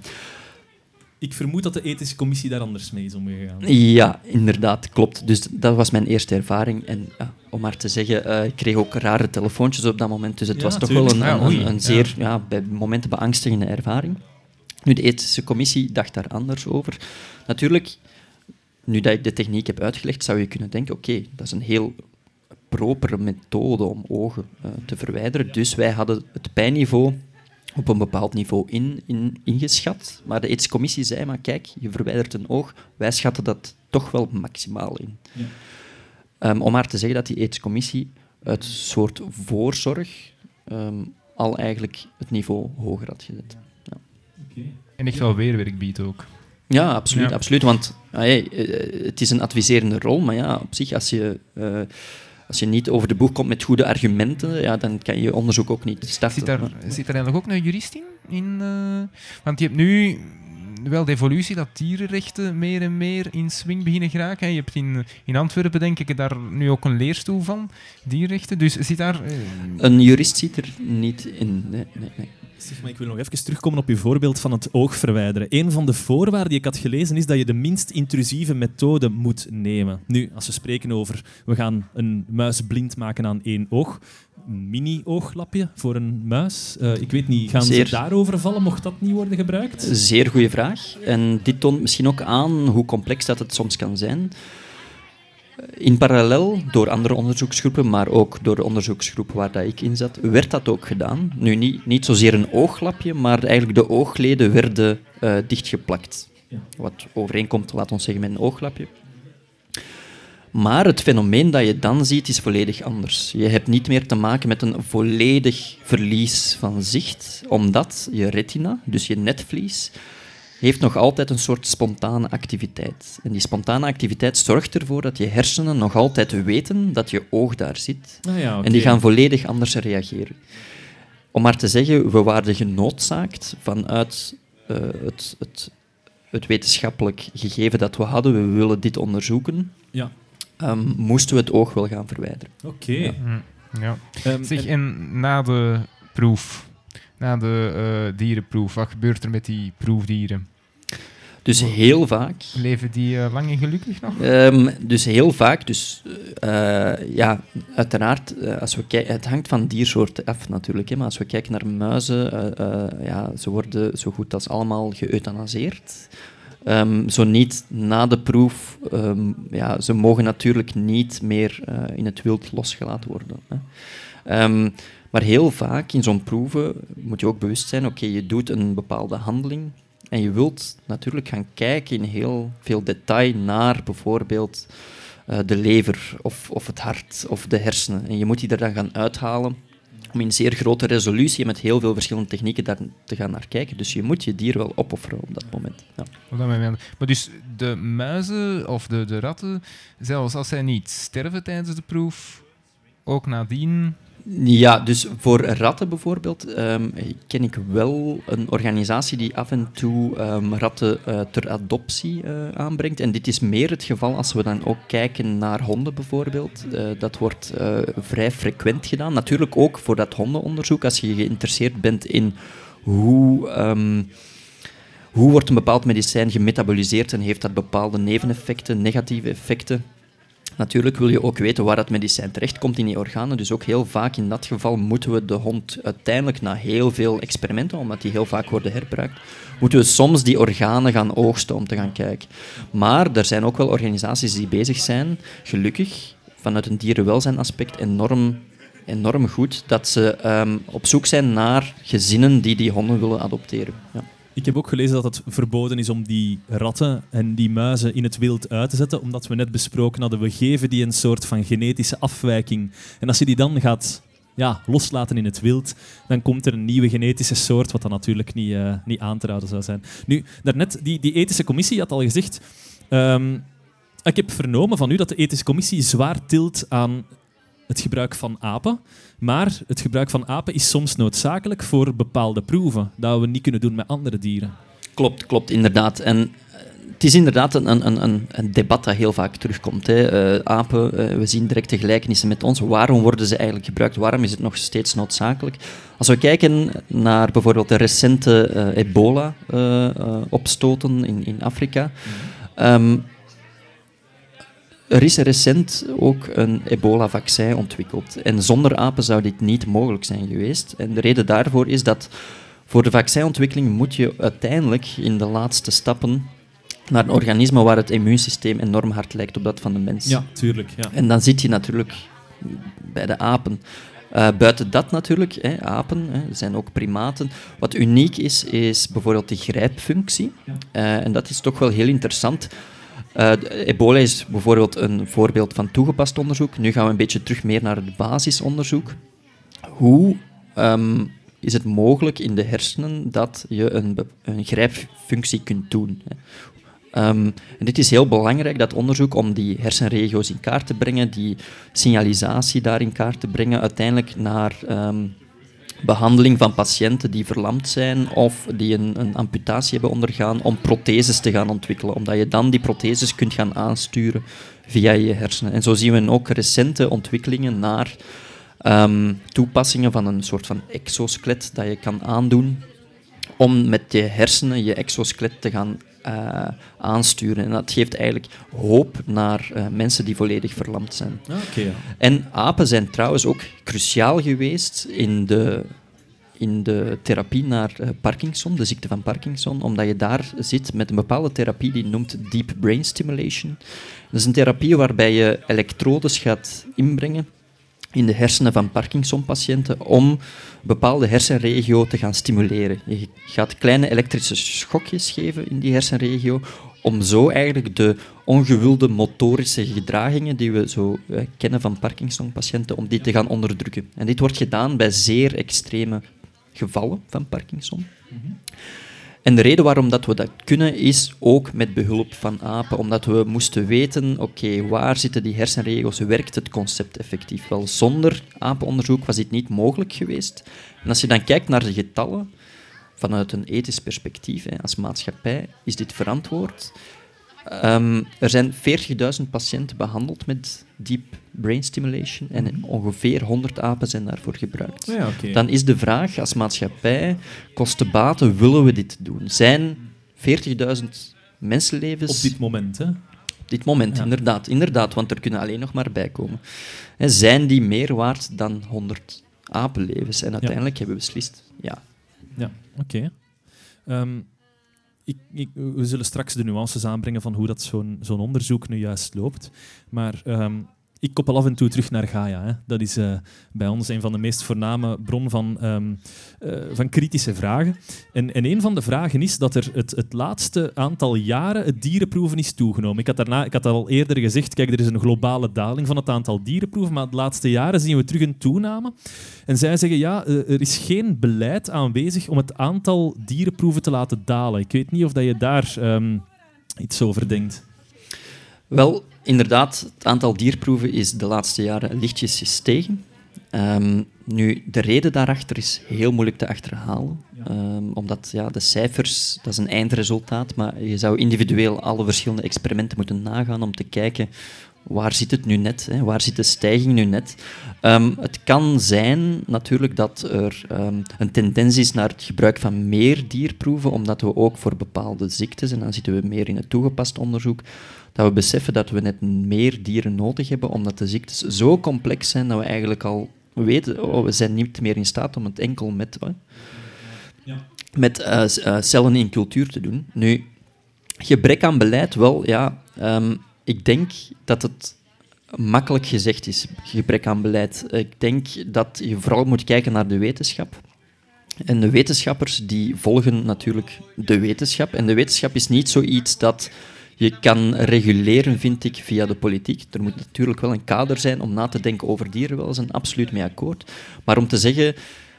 [SPEAKER 2] Ik vermoed dat de ethische commissie daar anders mee is omgegaan.
[SPEAKER 3] Ja, inderdaad, klopt. Dus dat was mijn eerste ervaring. En ja, om maar te zeggen, uh, ik kreeg ook rare telefoontjes op dat moment. Dus het
[SPEAKER 2] ja,
[SPEAKER 3] was toch
[SPEAKER 2] tuurlijk.
[SPEAKER 3] wel een,
[SPEAKER 1] Ja,
[SPEAKER 3] een,
[SPEAKER 1] oei.
[SPEAKER 3] een, een zeer,
[SPEAKER 1] Ja.
[SPEAKER 3] ja, bij momenten beangstigende ervaring. Nu, de ethische commissie dacht daar anders over. Natuurlijk, nu dat ik de techniek heb uitgelegd, zou je kunnen denken, oké, okay, dat is een heel propere methode om ogen uh, te verwijderen. Dus wij hadden het pijnniveau op een bepaald niveau in, in, ingeschat. Maar de ethische commissie zei, maar kijk, je verwijdert een oog. Wij schatten dat toch wel maximaal in.
[SPEAKER 2] Ja.
[SPEAKER 3] Um, om maar te zeggen dat die ethische commissie uit soort voorzorg um, al eigenlijk het niveau hoger had gezet. Ja,
[SPEAKER 2] Okay.
[SPEAKER 1] En echt wel weerwerk biedt ook.
[SPEAKER 3] ja absoluut.
[SPEAKER 1] Ja.
[SPEAKER 3] absoluut want ah, hey, uh, het is een adviserende rol, maar ja, op zich, als je... Uh, Als je niet over de boeg komt met goede argumenten, ja, dan kan je je onderzoek ook niet starten.
[SPEAKER 1] Zit daar, zit daar eigenlijk ook een jurist in? in uh, want je hebt nu wel de evolutie dat dierenrechten meer en meer in swing beginnen geraken. Je hebt in, in Antwerpen, denk ik, daar nu ook een leerstoel van, dierenrechten. Dus zit daar... Uh...
[SPEAKER 3] Een jurist zit er niet in, nee, nee, nee.
[SPEAKER 2] Zeg, maar ik wil nog even terugkomen op uw voorbeeld van het oog verwijderen. Een van de voorwaarden die ik had gelezen is dat je de minst intrusieve methode moet nemen. Nu, als we spreken over we gaan een muis blind maken aan één oog, een mini-ooglapje voor een muis. Uh, ik weet niet, gaan
[SPEAKER 3] Zeer.
[SPEAKER 2] ze daarover vallen? Mocht dat niet worden gebruikt?
[SPEAKER 3] Zeer goede vraag. En dit toont misschien ook aan hoe complex dat het soms kan zijn. In parallel, door andere onderzoeksgroepen, maar ook door de onderzoeksgroep waar dat ik in zat, werd dat ook gedaan. Nu, niet, niet zozeer een ooglapje, maar eigenlijk de oogleden werden uh, dichtgeplakt.
[SPEAKER 2] Ja.
[SPEAKER 3] Wat overeenkomt, laat ons zeggen, met een ooglapje. Maar het fenomeen dat je dan ziet, is volledig anders. Je hebt niet meer te maken met een volledig verlies van zicht, omdat je retina, dus je netvlies, heeft nog altijd een soort spontane activiteit. En die spontane activiteit zorgt ervoor dat je hersenen nog altijd weten dat je oog daar zit.
[SPEAKER 2] Ah ja, okay.
[SPEAKER 3] En die gaan volledig anders reageren. Om maar te zeggen, we waren genoodzaakt vanuit uh, het, het het wetenschappelijk gegeven dat we hadden, we willen dit onderzoeken,
[SPEAKER 2] Ja.
[SPEAKER 3] um, moesten we het oog wel gaan verwijderen.
[SPEAKER 2] Oké. Okay.
[SPEAKER 1] Mm, ja.
[SPEAKER 2] Um,
[SPEAKER 1] Zeg,
[SPEAKER 2] en-
[SPEAKER 1] en na de proef, na de uh, dierenproef, wat gebeurt er met die proefdieren?
[SPEAKER 3] Dus heel vaak...
[SPEAKER 1] Leven die uh, lang en gelukkig nog?
[SPEAKER 3] Um, dus heel vaak, dus, uh, ja, uiteraard, uh, als we kijken, het hangt van diersoorten af natuurlijk, hè, maar als we kijken naar muizen, uh, uh, ja, ze worden zo goed als allemaal geëuthanaseerd. Um, zo niet na de proef, um, ja, ze mogen natuurlijk niet meer uh, in het wild losgelaten worden. Hè. Um, maar heel vaak in zo'n proeven moet je ook bewust zijn, oké, okay, je doet een bepaalde handeling en je wilt natuurlijk gaan kijken in heel veel detail naar bijvoorbeeld uh, de lever of, of het hart of de hersenen. En je moet die er dan gaan uithalen om in zeer grote resolutie en met heel veel verschillende technieken daar te gaan naar kijken. Dus je moet je dier wel opofferen op dat moment. Ja.
[SPEAKER 1] Op dat moment. Maar dus de muizen of de, de ratten, zelfs als zij niet sterven tijdens de proef, ook nadien...
[SPEAKER 3] Ja, dus voor ratten bijvoorbeeld um, ken ik wel een organisatie die af en toe um, ratten uh, ter adoptie uh, aanbrengt. En dit is meer het geval als we dan ook kijken naar honden bijvoorbeeld. Uh, dat wordt uh, vrij frequent gedaan. Natuurlijk ook voor dat hondenonderzoek, als je geïnteresseerd bent in hoe... Um, hoe wordt een bepaald medicijn gemetaboliseerd en heeft dat bepaalde neveneffecten, negatieve effecten. Natuurlijk wil je ook weten waar dat medicijn terechtkomt in die organen. Dus ook heel vaak in dat geval moeten we de hond uiteindelijk na heel veel experimenten, omdat die heel vaak worden herbruikt, moeten we soms die organen gaan oogsten om te gaan kijken. Maar er zijn ook wel organisaties die bezig zijn, gelukkig, vanuit een dierenwelzijnaspect enorm, enorm goed, dat ze um, op zoek zijn naar gezinnen die die honden willen adopteren. Ja.
[SPEAKER 2] Ik heb ook gelezen dat het verboden is om die ratten en die muizen in het wild uit te zetten, omdat we net besproken hadden, we geven die een soort van genetische afwijking. En als je die dan gaat ja, loslaten in het wild, dan komt er een nieuwe genetische soort, wat dan natuurlijk niet, uh, niet aan te raden zou zijn. Nu, daarnet, die, die ethische commissie had al gezegd... Um, ik heb vernomen van u dat de ethische commissie zwaar tilt aan het gebruik van apen. Maar het gebruik van apen is soms noodzakelijk voor bepaalde proeven, dat we niet kunnen doen met andere dieren.
[SPEAKER 3] Klopt, klopt, inderdaad. En uh, het is inderdaad een, een, een, een debat dat heel vaak terugkomt. Hè. Uh, apen, uh, we zien direct de gelijkenissen met ons. Waarom worden ze eigenlijk gebruikt? Waarom is het nog steeds noodzakelijk? Als we kijken naar bijvoorbeeld de recente uh, ebola-opstoten uh, uh, in, in Afrika... Um, Er is recent ook een ebola-vaccin ontwikkeld. En zonder apen zou dit niet mogelijk zijn geweest. En de reden daarvoor is dat voor de vaccinontwikkeling moet je uiteindelijk in de laatste stappen naar een organisme waar het immuunsysteem enorm hard lijkt op dat van de mens.
[SPEAKER 2] Ja, tuurlijk. Ja.
[SPEAKER 3] En dan zit je natuurlijk bij de apen. Uh, buiten dat natuurlijk, hè, apen, hè, zijn ook primaten. Wat uniek is, is bijvoorbeeld die grijpfunctie. Uh, en dat is toch wel heel interessant. Uh, ebola is bijvoorbeeld een voorbeeld van toegepast onderzoek. Nu gaan we een beetje terug meer naar het basisonderzoek. Hoe um, is het mogelijk in de hersenen dat je een, een grijpfunctie kunt doen? Um, en dit is heel belangrijk, dat onderzoek, om die hersenregio's in kaart te brengen, die signalisatie daar in kaart te brengen, uiteindelijk naar... Um, behandeling van patiënten die verlamd zijn of die een, een amputatie hebben ondergaan, om protheses te gaan ontwikkelen, omdat je dan die protheses kunt gaan aansturen via je hersenen. En zo zien we ook recente ontwikkelingen naar um, toepassingen van een soort van exoskelet dat je kan aandoen om met je hersenen je exoskelet te gaan uh, aansturen. En dat geeft eigenlijk hoop naar uh, mensen die volledig verlamd zijn.
[SPEAKER 2] Ah, okay, ja.
[SPEAKER 3] En apen zijn trouwens ook cruciaal geweest in de, in de therapie naar uh, Parkinson, de ziekte van Parkinson, omdat je daar zit met een bepaalde therapie die noemt deep brain stimulation. Dat is een therapie waarbij je elektrodes gaat inbrengen in de hersenen van Parkinson-patiënten om bepaalde hersenregio te gaan stimuleren. Je gaat kleine elektrische schokjes geven in die hersenregio om zo eigenlijk de ongewilde motorische gedragingen die we zo eh, kennen van Parkinson-patiënten, om die te gaan onderdrukken. En dit wordt gedaan bij zeer extreme gevallen van Parkinson. Mm-hmm. En de reden waarom dat we dat kunnen, is ook met behulp van apen. Omdat we moesten weten, oké, okay, waar zitten die hersenregio's? Werkt het concept effectief wel? Zonder apenonderzoek was dit niet mogelijk geweest. En als je dan kijkt naar de getallen vanuit een ethisch perspectief, hè, als maatschappij, is dit verantwoord. Um, er zijn veertigduizend patiënten behandeld met deep brain stimulation en ongeveer honderd apen zijn daarvoor gebruikt.
[SPEAKER 2] Ja, okay.
[SPEAKER 3] Dan is de vraag, als maatschappij, kosten-baten, willen we dit doen? Zijn veertigduizend mensenlevens...
[SPEAKER 2] Op dit moment, hè?
[SPEAKER 3] Op dit moment,
[SPEAKER 2] ja.
[SPEAKER 3] inderdaad, inderdaad, want er kunnen alleen nog maar bijkomen. En zijn die meer waard dan honderd apenlevens? En uiteindelijk ja. hebben we beslist, ja.
[SPEAKER 2] Ja, oké. Okay. Um, Ik, ik, we zullen straks de nuances aanbrengen van hoe dat zo'n, zo'n onderzoek nu juist loopt. Maar um, ik koppel af en toe terug naar Gaia. Hè. Dat is uh, bij ons een van de meest voorname bron van, um, uh, van kritische vragen. En, en een van de vragen is dat er het, het laatste aantal jaren het dierenproeven is toegenomen. Ik had, daarna, ik had al eerder gezegd, kijk, er is een globale daling van het aantal dierenproeven, maar de laatste jaren zien we terug een toename. En zij zeggen, ja, er is geen beleid aanwezig om het aantal dierenproeven te laten dalen. Ik weet niet of dat je daar um, iets over denkt.
[SPEAKER 3] Wel, inderdaad, het aantal dierproeven is de laatste jaren lichtjes gestegen. Um, nu, de reden daarachter is heel moeilijk te achterhalen. Ja. Um, omdat ja, de cijfers, dat is een eindresultaat, maar je zou individueel alle verschillende experimenten moeten nagaan om te kijken waar zit het nu net, hè? Waar zit de stijging nu net. Um, het kan zijn natuurlijk dat er um, een tendens is naar het gebruik van meer dierproeven, omdat we ook voor bepaalde ziektes, en dan zitten we meer in het toegepast onderzoek, dat we beseffen dat we net meer dieren nodig hebben, omdat de ziektes zo complex zijn dat we eigenlijk al weten, oh, we zijn niet meer in staat om het enkel met, oh, ja. met uh, uh, cellen in cultuur te doen. Nu, gebrek aan beleid, wel, ja... Um, ik denk dat het makkelijk gezegd is, gebrek aan beleid. Ik denk dat je vooral moet kijken naar de wetenschap. En de wetenschappers die volgen natuurlijk de wetenschap. En de wetenschap is niet zoiets dat je kan reguleren, vind ik, via de politiek. Er moet natuurlijk wel een kader zijn om na te denken over dierenwelzijn, absoluut mee akkoord. Maar om te zeggen,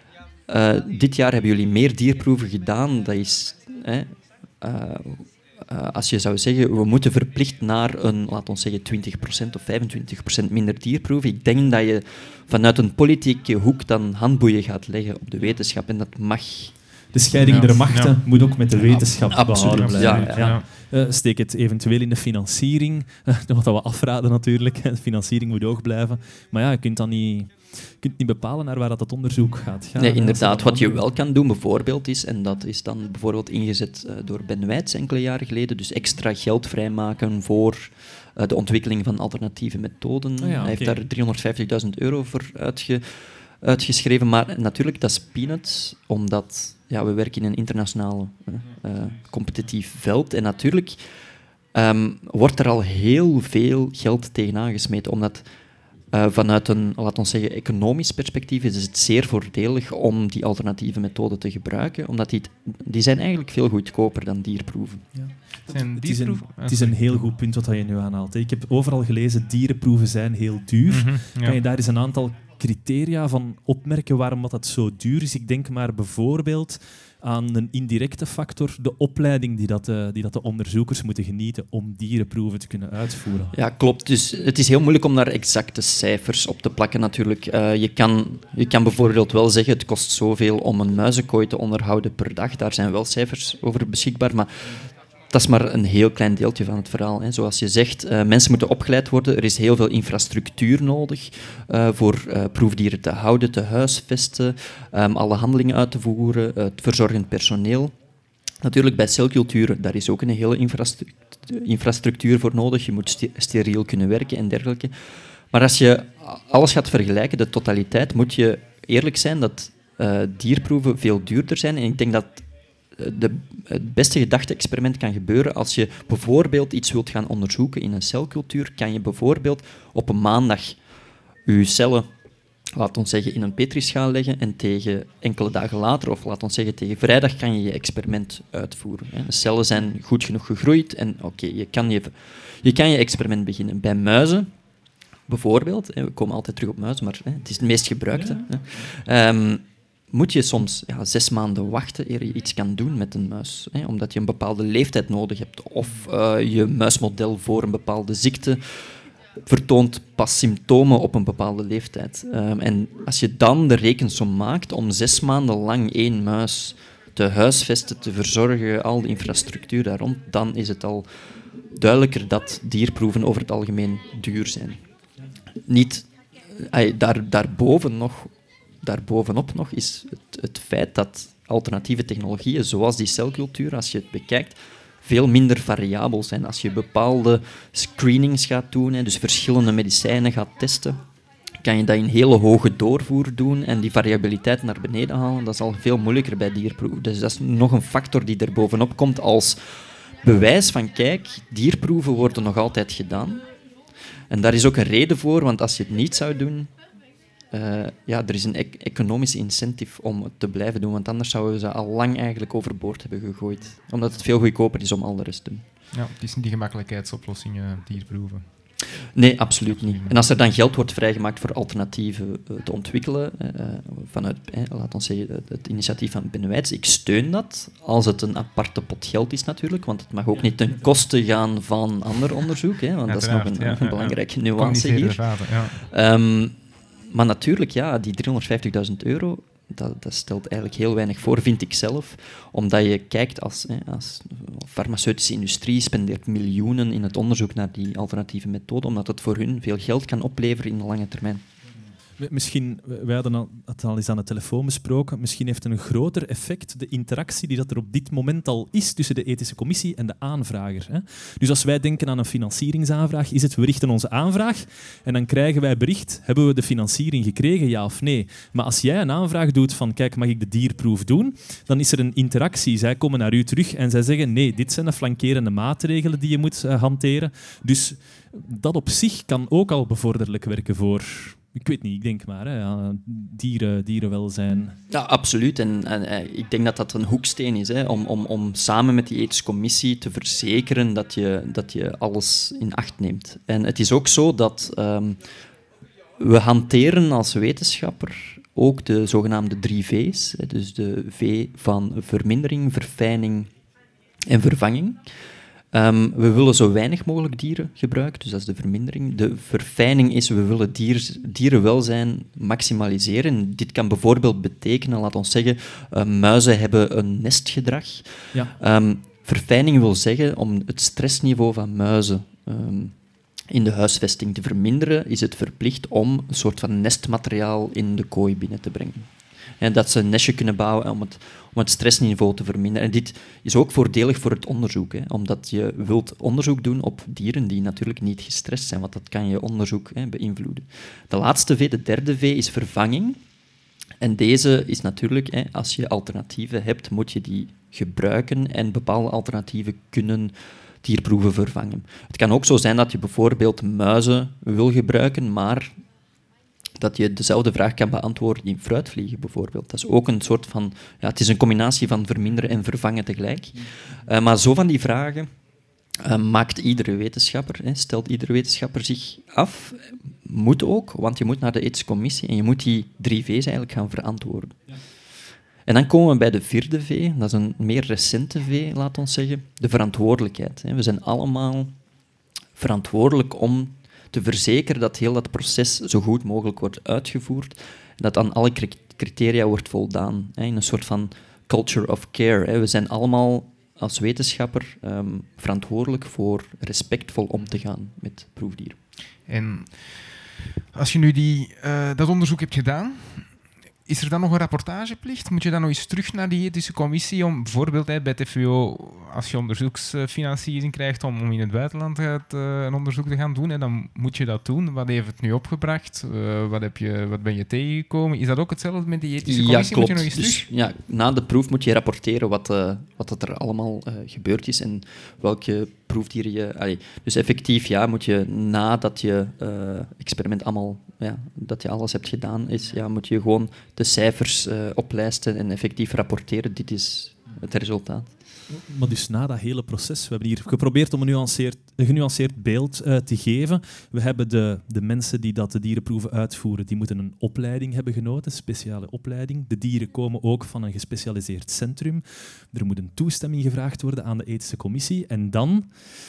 [SPEAKER 3] uh, dit jaar hebben jullie meer dierproeven gedaan, dat is... Eh, uh, Uh, als je zou zeggen, we moeten verplicht naar een, laten we zeggen, twintig procent of vijfentwintig procent minder dierproeven. Ik denk dat je vanuit een politieke hoek dan handboeien gaat leggen op de wetenschap. En dat mag...
[SPEAKER 2] De scheiding ja. der machten ja. moet ook met de wetenschap
[SPEAKER 3] Ab-
[SPEAKER 2] behouden blijven.
[SPEAKER 3] Ja, ja.
[SPEAKER 2] Ja. Uh, steek het eventueel in de financiering. Uh, wat we afraden natuurlijk. De financiering moet hoog blijven. Maar ja, je kunt dan niet... Je kunt niet bepalen naar waar dat, dat onderzoek gaat gaan.
[SPEAKER 3] Nee, inderdaad. Wat je wel kan doen, bijvoorbeeld, is, en dat is dan bijvoorbeeld ingezet uh, door Ben Weitz enkele jaren geleden, dus extra geld vrijmaken voor uh, de ontwikkeling van alternatieve methoden. Oh ja, Hij okay. heeft daar driehonderdvijftigduizend euro voor uitge, uitgeschreven, maar natuurlijk, dat is peanuts, omdat ja, we werken in een internationaal uh, uh, competitief veld. En natuurlijk um, wordt er al heel veel geld tegenaan gesmeten, omdat... Uh, vanuit een, laten we zeggen, economisch perspectief is het zeer voordelig om die alternatieve methoden te gebruiken, omdat die, die zijn eigenlijk veel goedkoper dan dierproeven. Ja.
[SPEAKER 1] Zijn
[SPEAKER 2] het, is een, het is een heel goed punt wat je nu aanhaalt. Ik heb overal gelezen, dierenproeven zijn heel duur. Mm-hmm, ja. Kan je daar eens een aantal criteria van opmerken waarom dat zo duur is? Ik denk maar bijvoorbeeld aan een indirecte factor, de opleiding die, dat, uh, die dat de onderzoekers moeten genieten om dierenproeven te kunnen uitvoeren.
[SPEAKER 3] Ja, klopt. Dus het is heel moeilijk om daar exacte cijfers op te plakken natuurlijk. Uh, je, kan, je kan bijvoorbeeld wel zeggen, het kost zoveel om een muizenkooi te onderhouden per dag. Daar zijn wel cijfers over beschikbaar, maar dat is maar een heel klein deeltje van het verhaal. Hè. Zoals je zegt, uh, mensen moeten opgeleid worden. Er is heel veel infrastructuur nodig uh, voor uh, proefdieren te houden, te huisvesten, um, alle handelingen uit te voeren, uh, het verzorgend personeel. Natuurlijk, bij celculturen, daar is ook een hele infrastructuur, infrastructuur voor nodig. Je moet st- steriel kunnen werken en dergelijke. Maar als je alles gaat vergelijken, de totaliteit, moet je eerlijk zijn dat uh, dierproeven veel duurder zijn. En ik denk dat De, het beste gedachte-experiment kan gebeuren als je bijvoorbeeld iets wilt gaan onderzoeken in een celcultuur, kan je bijvoorbeeld op een maandag je cellen, laat ons zeggen, in een petrischaal leggen en tegen enkele dagen later, of laat ons zeggen tegen vrijdag, kan je je experiment uitvoeren. De cellen zijn goed genoeg gegroeid en oké, okay, je, kan je, je kan je experiment beginnen. Bij muizen, bijvoorbeeld, we komen altijd terug op muizen, maar het is het meest gebruikte. Ja. Um, moet je soms ja, zes maanden wachten eer je iets kan doen met een muis. Hè, omdat je een bepaalde leeftijd nodig hebt. Of uh, je muismodel voor een bepaalde ziekte vertoont pas symptomen op een bepaalde leeftijd. Um, en als je dan de rekensom maakt om zes maanden lang één muis te huisvesten, te verzorgen, al de infrastructuur daar rond, dan is het al duidelijker dat dierproeven over het algemeen duur zijn. Niet, ay, daar, daarboven nog, daarbovenop nog is het, het feit dat alternatieve technologieën, zoals die celcultuur, als je het bekijkt, veel minder variabel zijn. Als je bepaalde screenings gaat doen, hè, dus verschillende medicijnen gaat testen, kan je dat in hele hoge doorvoer doen en die variabiliteit naar beneden halen. Dat is al veel moeilijker bij dierproeven. Dus dat is nog een factor die er bovenop komt als bewijs van, kijk, dierproeven worden nog altijd gedaan. En daar is ook een reden voor, want als je het niet zou doen, uh, ja, er is een e- economische incentive om het te blijven doen, want anders zouden we ze al lang eigenlijk overboord hebben gegooid. Omdat het veel goedkoper is om al de rest te doen.
[SPEAKER 1] Ja, het is niet die gemakkelijkheidsoplossingen, dierproeven.
[SPEAKER 3] Nee, absoluut niet. En als er dan geld wordt vrijgemaakt voor alternatieven uh, te ontwikkelen, uh, vanuit, uh, laat ons zeggen, het, het initiatief van Binnenwijds, ik steun dat, als het een aparte pot geld is natuurlijk, want het mag ook niet ten koste gaan van ander onderzoek, hè, want ja, dat is nog een, ja, een belangrijke ja, nuance hier. Vaten, ja. um, maar natuurlijk, ja, die driehonderdvijftigduizend euro, dat, dat stelt eigenlijk heel weinig voor, vind ik zelf. Omdat je kijkt, als, hè, als farmaceutische industrie spendeert miljoenen in het onderzoek naar die alternatieve methode, omdat het voor hun veel geld kan opleveren in de lange termijn.
[SPEAKER 2] Misschien, wij hadden het al eens aan de telefoon besproken, misschien heeft het een groter effect de interactie die dat er op dit moment al is tussen de ethische commissie en de aanvrager. Hè? Dus als wij denken aan een financieringsaanvraag, is het, we richten onze aanvraag en dan krijgen wij bericht, hebben we de financiering gekregen, ja of nee? Maar als jij een aanvraag doet van, kijk, mag ik de dierproef doen? Dan is er een interactie. Zij komen naar u terug en zij zeggen, nee, dit zijn de flankerende maatregelen die je moet uh, hanteren. Dus dat op zich kan ook al bevorderlijk werken voor... Ik weet niet, ik denk maar, hè, ja, dieren, dierenwelzijn.
[SPEAKER 3] Ja, absoluut. En, en, en ik denk dat dat een hoeksteen is, hè, om, om, om samen met die ethische commissie te verzekeren dat je, dat je alles in acht neemt. En het is ook zo dat um, we hanteren als wetenschapper ook de zogenaamde drie V's. Hè, dus de V van vermindering, verfijning en vervanging. Um, we willen zo weinig mogelijk dieren gebruiken, dus dat is de vermindering. De verfijning is, we willen dier, dierenwelzijn maximaliseren. Dit kan bijvoorbeeld betekenen, laat ons zeggen, uh, muizen hebben een nestgedrag. Ja. Um, verfijning wil zeggen, om het stressniveau van muizen um, in de huisvesting te verminderen, is het verplicht om een soort van nestmateriaal in de kooi binnen te brengen. En dat ze een nestje kunnen bouwen om het, om het stressniveau te verminderen. En dit is ook voordelig voor het onderzoek, hè, omdat je wilt onderzoek doen op dieren die natuurlijk niet gestrest zijn, want dat kan je onderzoek hè, beïnvloeden. De laatste V, de derde V, is vervanging. En deze is natuurlijk, hè, als je alternatieven hebt, moet je die gebruiken en bepaalde alternatieven kunnen dierproeven vervangen. Het kan ook zo zijn dat je bijvoorbeeld muizen wil gebruiken, maar dat je dezelfde vraag kan beantwoorden in fruitvliegen, bijvoorbeeld. Dat is ook een soort van... Ja, het is een combinatie van verminderen en vervangen tegelijk. Uh, maar zo van die vragen uh, maakt iedere wetenschapper, hè, stelt iedere wetenschapper zich af. Moet ook, want je moet naar de ethische commissie en je moet die drie V's eigenlijk gaan verantwoorden. Ja. En dan komen we bij de vierde V, dat is een meer recente V, laat ons zeggen. De verantwoordelijkheid. Hè. We zijn allemaal verantwoordelijk om te verzekeren dat heel dat proces zo goed mogelijk wordt uitgevoerd en dat aan alle criteria wordt voldaan. Hè, in een soort van culture of care. Hè. We zijn allemaal als wetenschapper um, verantwoordelijk voor respectvol om te gaan met proefdieren.
[SPEAKER 1] En als je nu die, uh, dat onderzoek hebt gedaan, is er dan nog een rapportageplicht? Moet je dan nog eens terug naar die ethische commissie om bijvoorbeeld hè, bij het F V O, als je onderzoeksfinanciering krijgt om, om in het buitenland het, uh, een onderzoek te gaan doen, hè, dan moet je dat doen. Wat heeft het nu opgebracht? Uh, wat, heb je, wat ben je tegengekomen? Is dat ook hetzelfde met die ethische commissie?
[SPEAKER 3] Ja, klopt.
[SPEAKER 1] Moet je nog eens
[SPEAKER 3] dus,
[SPEAKER 1] terug?
[SPEAKER 3] Ja, na de proef moet je rapporteren wat, uh, wat er allemaal uh, gebeurd is en welke proefdieren je... Allee, dus effectief, ja, moet je nadat je uh, experiment allemaal... Ja, dat je alles hebt gedaan, is, ja, moet je gewoon de cijfers uh, oplijsten en effectief rapporteren. Dit is het resultaat.
[SPEAKER 2] Maar dus na dat hele proces, we hebben hier geprobeerd om een, nuanceerd, een genuanceerd beeld uh, te geven. We hebben de, de mensen die dat de dierenproeven uitvoeren, die moeten een opleiding hebben genoten, een speciale opleiding. De dieren komen ook van een gespecialiseerd centrum. Er moet een toestemming gevraagd worden aan de ethische commissie. En dan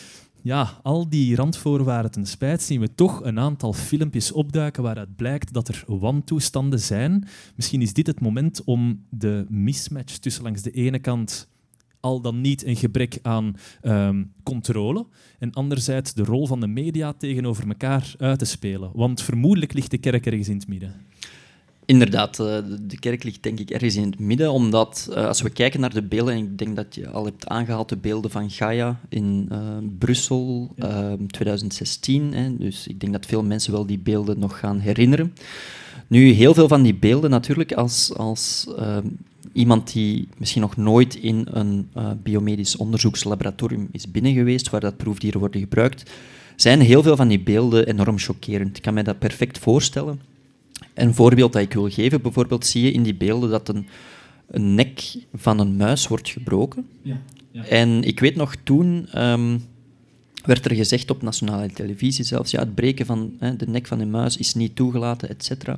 [SPEAKER 2] ja, al die randvoorwaarden ten spijt zien we toch een aantal filmpjes opduiken waaruit blijkt dat er wantoestanden zijn. Misschien is dit het moment om de mismatch tussen langs de ene kant al dan niet een gebrek aan um, controle en anderzijds de rol van de media tegenover elkaar uit te spelen. Want vermoedelijk ligt de kerk ergens in het midden.
[SPEAKER 3] Inderdaad, de kerk ligt denk ik ergens in het midden, omdat uh, als we kijken naar de beelden, en ik denk dat je al hebt aangehaald de beelden van Gaia in uh, Brussel, uh, twintig zestien, hè, dus ik denk dat veel mensen wel die beelden nog gaan herinneren. Nu, heel veel van die beelden natuurlijk, als, als uh, iemand die misschien nog nooit in een uh, biomedisch onderzoekslaboratorium is binnen geweest, waar dat proefdieren worden gebruikt, zijn heel veel van die beelden enorm chockerend. Ik kan me dat perfect voorstellen. Een voorbeeld dat ik wil geven, bijvoorbeeld zie je in die beelden dat een, een nek van een muis wordt gebroken. Ja, ja. En ik weet nog, toen um, werd er gezegd op nationale televisie zelfs, ja, het breken van hè, de nek van een muis is niet toegelaten, et cetera.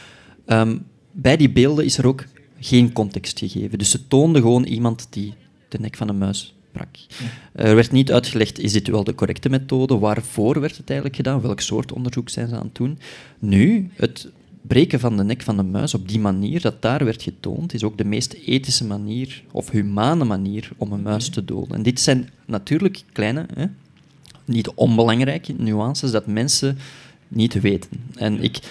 [SPEAKER 3] Um, bij die beelden is er ook geen context gegeven. Dus ze toonden gewoon iemand die de nek van een muis brak. Ja. Er werd niet uitgelegd, is dit wel de correcte methode? Waarvoor werd het eigenlijk gedaan? Welk soort onderzoek zijn ze aan het doen? Nu, het breken van de nek van de muis op die manier dat daar werd getoond, is ook de meest ethische manier, of humane manier, om een muis te doden. En dit zijn natuurlijk kleine, hè, niet onbelangrijke nuances dat mensen niet weten. En ik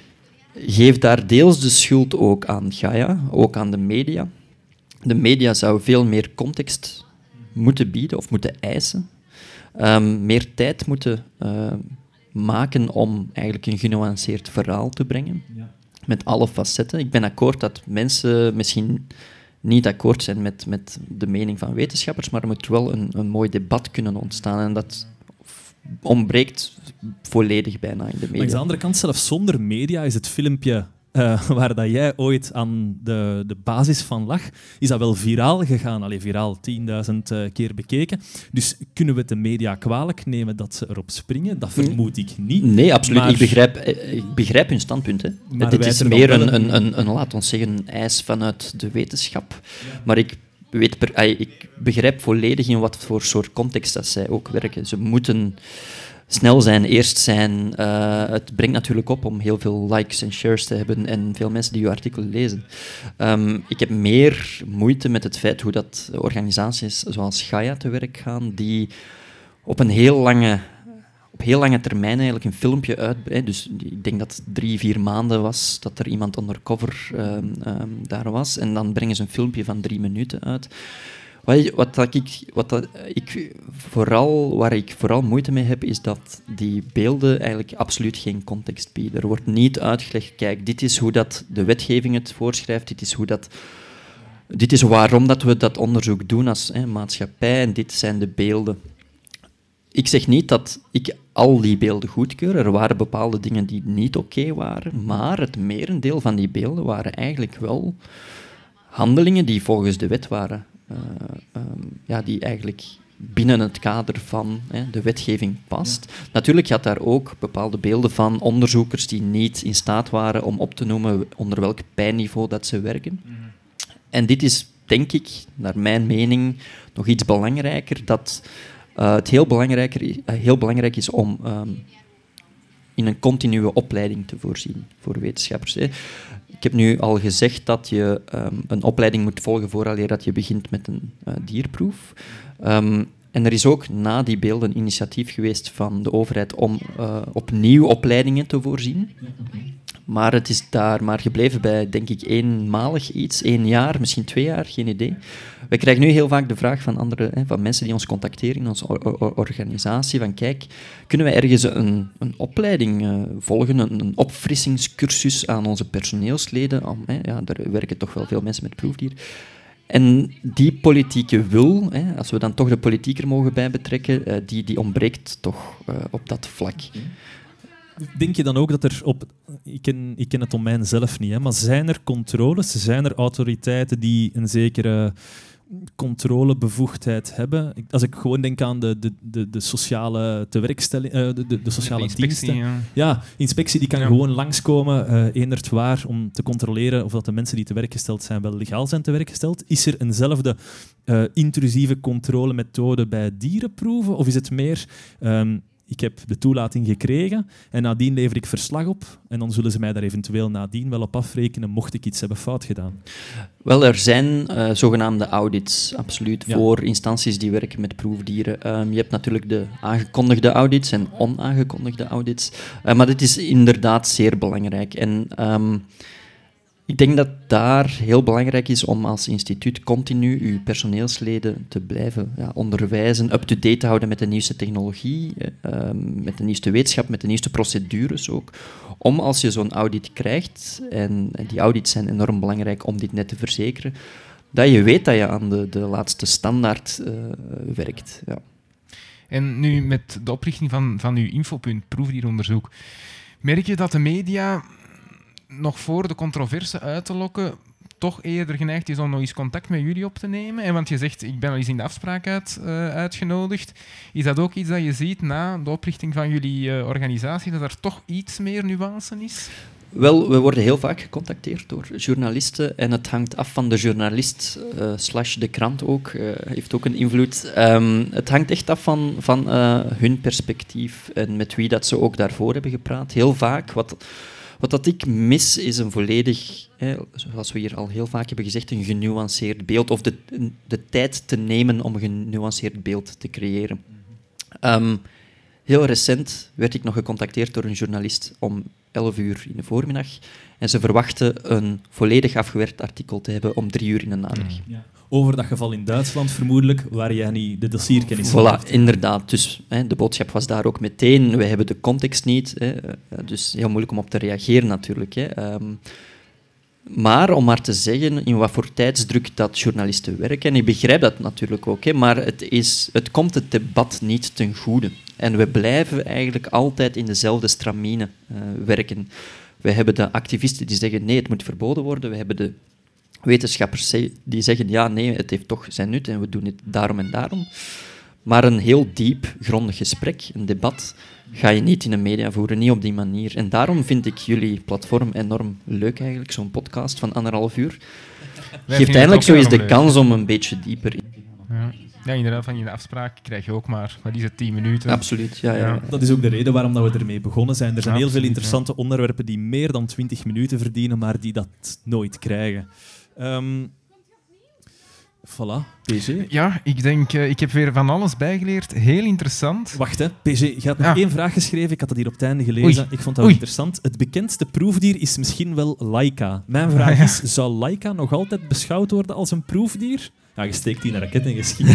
[SPEAKER 3] geef daar deels de schuld ook aan Gaia, ook aan de media. De media zou veel meer context moeten bieden, of moeten eisen. Um, meer tijd moeten uh, maken om eigenlijk een genuanceerd verhaal te brengen, ja. Met alle facetten. Ik ben akkoord dat mensen misschien niet akkoord zijn met, met de mening van wetenschappers, maar er moet wel een, een mooi debat kunnen ontstaan en dat ontbreekt volledig bijna in de media.
[SPEAKER 2] Maar aan de andere kant, zelfs zonder media is het filmpje Uh, waar dat jij ooit aan de, de basis van lag, is dat wel viraal gegaan. Allee, viraal, tienduizend uh, keer bekeken. Dus kunnen we het de media kwalijk nemen dat ze erop springen? Dat vermoed ik niet.
[SPEAKER 3] Nee, absoluut. Maar, ik, begrijp, ik begrijp hun standpunt. Hè. Dit is meer een, een, een, een, laat ons zeggen, een eis vanuit de wetenschap. Ja. Maar ik, weet per, ay, ik begrijp volledig in wat voor soort context dat zij ook werken. Ze moeten snel zijn, eerst zijn. Uh, het brengt natuurlijk op om heel veel likes en shares te hebben en veel mensen die uw artikel lezen. Um, ik heb meer moeite met het feit hoe dat organisaties zoals Gaia te werk gaan, die op een heel lange, op heel lange termijn eigenlijk een filmpje uitbreiden. Dus ik denk dat het drie, vier maanden was dat er iemand undercover um, um, daar was. En dan brengen ze een filmpje van drie minuten uit. Wat, dat ik, wat dat ik vooral, waar ik vooral moeite mee heb, is dat die beelden eigenlijk absoluut geen context bieden. Er wordt niet uitgelegd, kijk, dit is hoe dat de wetgeving het voorschrijft, dit is, hoe dat, dit is waarom dat we dat onderzoek doen als hè, maatschappij, en dit zijn de beelden. Ik zeg niet dat ik al die beelden goedkeur. Er waren bepaalde dingen die niet oké waren, maar het merendeel van die beelden waren eigenlijk wel handelingen die volgens de wet waren. Uh, um, ja, die eigenlijk binnen het kader van hè, de wetgeving past. Ja. Natuurlijk gaat daar ook bepaalde beelden van onderzoekers die niet in staat waren om op te noemen onder welk pijnniveau dat ze werken. Mm-hmm. En dit is, denk ik, naar mijn mening, nog iets belangrijker, dat uh, het heel, belangrijker, uh, heel belangrijk is om um, in een continue opleiding te voorzien voor wetenschappers. Hè. Ik heb nu al gezegd dat je um, een opleiding moet volgen vooraleer dat je begint met een uh, dierproef. Um, en er is ook na die beelden een initiatief geweest van de overheid om uh, opnieuw opleidingen te voorzien. Maar het is daar maar gebleven bij, denk ik, eenmalig iets, één jaar, misschien twee jaar, geen idee. We krijgen nu heel vaak de vraag van, andere, hè, van mensen die ons contacteren in onze or- or- organisatie, van kijk, kunnen wij ergens een, een opleiding uh, volgen, een, een opfrissingscursus aan onze personeelsleden? Om, hè, ja, daar werken toch wel veel mensen met proefdier. En die politieke wil, hè, als we dan toch de politiek er mogen bij betrekken, uh, die, die ontbreekt toch uh, op dat vlak.
[SPEAKER 2] Denk je dan ook dat er op... Ik ken, ik ken het domein zelf niet, hè, maar zijn er controles, zijn er autoriteiten die een zekere controlebevoegdheid hebben. Ik, als ik gewoon denk aan de, de, de, de sociale tewerkstelling, uh, de, de, de sociale
[SPEAKER 1] de inspectie,
[SPEAKER 2] diensten.
[SPEAKER 1] ja.
[SPEAKER 2] Ja, inspectie die kan
[SPEAKER 1] Ja.
[SPEAKER 2] gewoon langskomen, uh, eenderd waar, om te controleren of dat de mensen die te werk gesteld zijn wel legaal zijn te werk gesteld. Is er eenzelfde uh, intrusieve controlemethode bij dierenproeven? Of is het meer... Um, ik heb de toelating gekregen en nadien lever ik verslag op en dan zullen ze mij daar eventueel nadien wel op afrekenen mocht ik iets hebben fout gedaan.
[SPEAKER 3] Wel, er zijn uh, zogenaamde audits, absoluut,
[SPEAKER 2] Ja.
[SPEAKER 3] voor instanties die werken met proefdieren. Um, je hebt natuurlijk de aangekondigde audits en onaangekondigde audits, uh, maar dit is inderdaad zeer belangrijk. En um, ik denk dat daar heel belangrijk is om als instituut continu uw personeelsleden te blijven ja, onderwijzen, up-to-date te houden met de nieuwste technologie, uh, met de nieuwste wetenschap, met de nieuwste procedures ook. Om als je zo'n audit krijgt, en die audits zijn enorm belangrijk om dit net te verzekeren, dat je weet dat je aan de, de laatste standaard uh, werkt. Ja.
[SPEAKER 1] En nu met de oprichting van, van uw infopunt, proefdieronderzoek, merk je dat de media nog voor de controverse uit te lokken toch eerder geneigd is om nog eens contact met jullie op te nemen? En want je zegt, ik ben al eens in de afspraak uit, uh, uitgenodigd. Is dat ook iets dat je ziet na de oprichting van jullie uh, organisatie, dat er toch iets meer nuance is?
[SPEAKER 3] Wel, we worden heel vaak gecontacteerd door journalisten en het hangt af van de journalist, uh, slash de krant ook, uh, heeft ook een invloed. Um, het hangt echt af van, van uh, hun perspectief en met wie dat ze ook daarvoor hebben gepraat. Heel vaak, wat... Wat dat ik mis, is een volledig, hè, zoals we hier al heel vaak hebben gezegd, een genuanceerd beeld, of de, de tijd te nemen om een genuanceerd beeld te creëren. Um, heel recent werd ik nog gecontacteerd door een journalist om elf uur in de voormiddag en ze verwachten een volledig afgewerkt artikel te hebben om drie uur in de namiddag.
[SPEAKER 2] Ja. Over dat geval in Duitsland vermoedelijk, waar jij niet de dossierkennis van
[SPEAKER 3] Voilà,
[SPEAKER 2] hebt.
[SPEAKER 3] inderdaad. Dus hè, de boodschap was daar ook meteen. Wij hebben de context niet. Hè, dus heel moeilijk om op te reageren natuurlijk. Hè. Um, maar om maar te zeggen in wat voor tijdsdruk dat journalisten werken, en ik begrijp dat natuurlijk ook, hè, maar het, is, het komt het debat niet ten goede. En we blijven eigenlijk altijd in dezelfde stramine uh, werken. We hebben de activisten die zeggen nee, het moet verboden worden. We hebben de wetenschappers die zeggen, ja, nee, het heeft toch zijn nut en we doen het daarom en daarom. Maar een heel diep, grondig gesprek, een debat, ga je niet in de media voeren, niet op die manier. En daarom vind ik jullie platform enorm leuk eigenlijk, zo'n podcast van anderhalf uur. Geeft eindelijk zo eens de kans om een beetje dieper in te gaan.
[SPEAKER 1] Ja. Ja, inderdaad, van je afspraak krijg je ook maar, wat is het, tien minuten?
[SPEAKER 3] Absoluut, ja, ja.
[SPEAKER 1] Ja.
[SPEAKER 2] Dat is ook de reden waarom dat we ermee begonnen zijn. Er zijn heel veel
[SPEAKER 1] Absoluut,
[SPEAKER 2] interessante onderwerpen die meer dan twintig minuten verdienen, maar die dat nooit krijgen. Um, voilà, P G.
[SPEAKER 1] Ja, ik denk, uh, ik heb weer van alles bijgeleerd. Heel interessant.
[SPEAKER 2] Wacht, hè. P G, je had nog
[SPEAKER 1] Ja.
[SPEAKER 2] één vraag geschreven. Ik had dat hier op het einde gelezen.
[SPEAKER 1] Oei.
[SPEAKER 2] Ik vond dat
[SPEAKER 1] Oei.
[SPEAKER 2] interessant. Het bekendste proefdier is misschien wel Laika. Mijn vraag
[SPEAKER 1] Ja.
[SPEAKER 2] is, zou Laika nog altijd beschouwd worden als een proefdier? Ja, je steekt die in een raket en je schiet.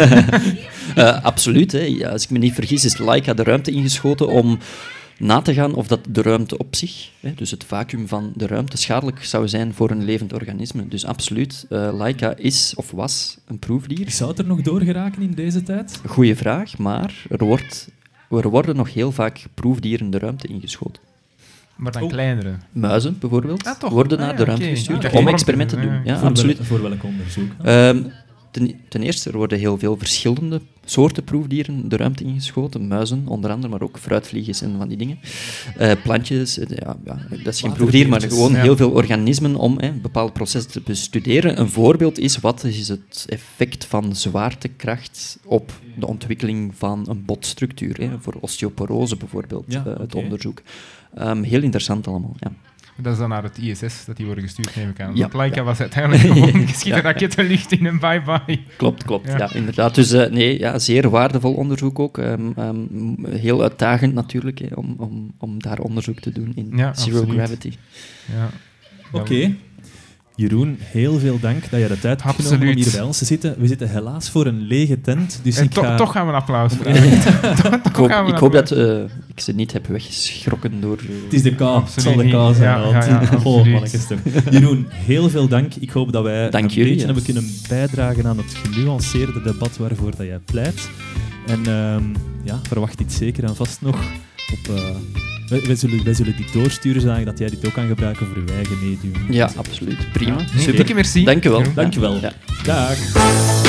[SPEAKER 3] Uh, absoluut. Hè. Ja, als ik me niet vergis, is Laika de ruimte ingeschoten om na te gaan of dat de ruimte op zich, hè, dus het vacuüm van de ruimte, schadelijk zou zijn voor een levend organisme. Dus absoluut, uh, Laika is of was een proefdier.
[SPEAKER 2] Zou het er nog doorgeraken in deze tijd?
[SPEAKER 3] Goeie vraag, maar er, wordt, er worden nog heel vaak proefdieren de ruimte ingeschoten.
[SPEAKER 1] Maar dan
[SPEAKER 2] Oh.
[SPEAKER 1] kleinere.
[SPEAKER 3] Muizen, bijvoorbeeld,
[SPEAKER 1] Ah, toch?
[SPEAKER 3] worden
[SPEAKER 1] Ah,
[SPEAKER 3] naar
[SPEAKER 1] ja,
[SPEAKER 3] de ruimte
[SPEAKER 1] oké.
[SPEAKER 3] gestuurd
[SPEAKER 1] Ah,
[SPEAKER 3] om
[SPEAKER 1] dat
[SPEAKER 3] experimenten te
[SPEAKER 1] ja,
[SPEAKER 3] doen.
[SPEAKER 1] ja.
[SPEAKER 3] Ja,
[SPEAKER 2] voor
[SPEAKER 3] absoluut.
[SPEAKER 2] Wel, voor welk onderzoek? Hè?
[SPEAKER 3] Ehm, ten, ten eerste, er worden heel veel verschillende soorten proefdieren de ruimte ingeschoten. Muizen, onder andere, maar ook fruitvliegers en van die dingen. Eh, plantjes, eh, ja, ja, dat is geen proefdier, maar
[SPEAKER 2] Waterdiertjes,
[SPEAKER 3] gewoon
[SPEAKER 1] ja.
[SPEAKER 3] heel veel organismen om hè, een bepaald proces te bestuderen. Een voorbeeld is, wat is het effect van zwaartekracht op de ontwikkeling van een botstructuur, hè, voor osteoporose bijvoorbeeld,
[SPEAKER 2] Ja,
[SPEAKER 3] eh, het
[SPEAKER 2] oké.
[SPEAKER 3] onderzoek. Ehm, heel interessant allemaal, ja.
[SPEAKER 1] Dat is dan naar het I S S dat die worden gestuurd, neem ik aan.
[SPEAKER 3] Ja.
[SPEAKER 1] Want Laika was uiteindelijk gewoon geschiet
[SPEAKER 3] Ja.
[SPEAKER 1] een rakettenlucht in een bye-bye.
[SPEAKER 3] Klopt, klopt.
[SPEAKER 1] Ja.
[SPEAKER 3] Ja. inderdaad. Dus uh, nee, ja, zeer waardevol onderzoek ook. Um, um, heel uitdagend natuurlijk, hè, om, om, om daar onderzoek te doen in
[SPEAKER 1] Ja,
[SPEAKER 3] Zero
[SPEAKER 1] absoluut.
[SPEAKER 3] Gravity.
[SPEAKER 1] Ja.
[SPEAKER 2] Oké. Jeroen, heel veel dank dat je de tijd hebt genomen om
[SPEAKER 1] Absoluut.
[SPEAKER 2] hier bij ons te zitten. We zitten helaas voor een lege tent, dus
[SPEAKER 1] En
[SPEAKER 2] ik
[SPEAKER 1] to-
[SPEAKER 2] ga...
[SPEAKER 1] toch gaan we een applaus
[SPEAKER 3] Ik
[SPEAKER 1] vragen.
[SPEAKER 3] hoop,
[SPEAKER 1] gaan we
[SPEAKER 3] ik
[SPEAKER 1] dat
[SPEAKER 3] hoop
[SPEAKER 1] doen.
[SPEAKER 3] dat uh, ik ze niet heb weggeschrokken door... Uh,
[SPEAKER 2] Het is de K, het zal de K
[SPEAKER 1] Absoluut
[SPEAKER 2] zijn.
[SPEAKER 1] niet. Ja,
[SPEAKER 2] want-
[SPEAKER 1] ja, ja,
[SPEAKER 2] oh,
[SPEAKER 1] absoluut.
[SPEAKER 2] mannetjes toch. Jeroen, heel veel dank. Ik hoop dat wij
[SPEAKER 3] Dank
[SPEAKER 2] een
[SPEAKER 3] jullie,
[SPEAKER 2] beetje
[SPEAKER 3] ja.
[SPEAKER 2] hebben kunnen bijdragen aan het genuanceerde debat waarvoor dat jij pleit. En ehm, ja, verwacht dit zeker en vast nog op uh, wij, wij, zullen, wij zullen dit doorsturen, zodat dat jij dit ook kan gebruiken voor je eigen medium.
[SPEAKER 3] Ja, absoluut. Prima.
[SPEAKER 1] Nee,
[SPEAKER 3] Super.
[SPEAKER 1] dikke merci.
[SPEAKER 3] Dank je wel.
[SPEAKER 1] Jeroen.
[SPEAKER 2] Dank je wel.
[SPEAKER 3] Ja.
[SPEAKER 2] Dag.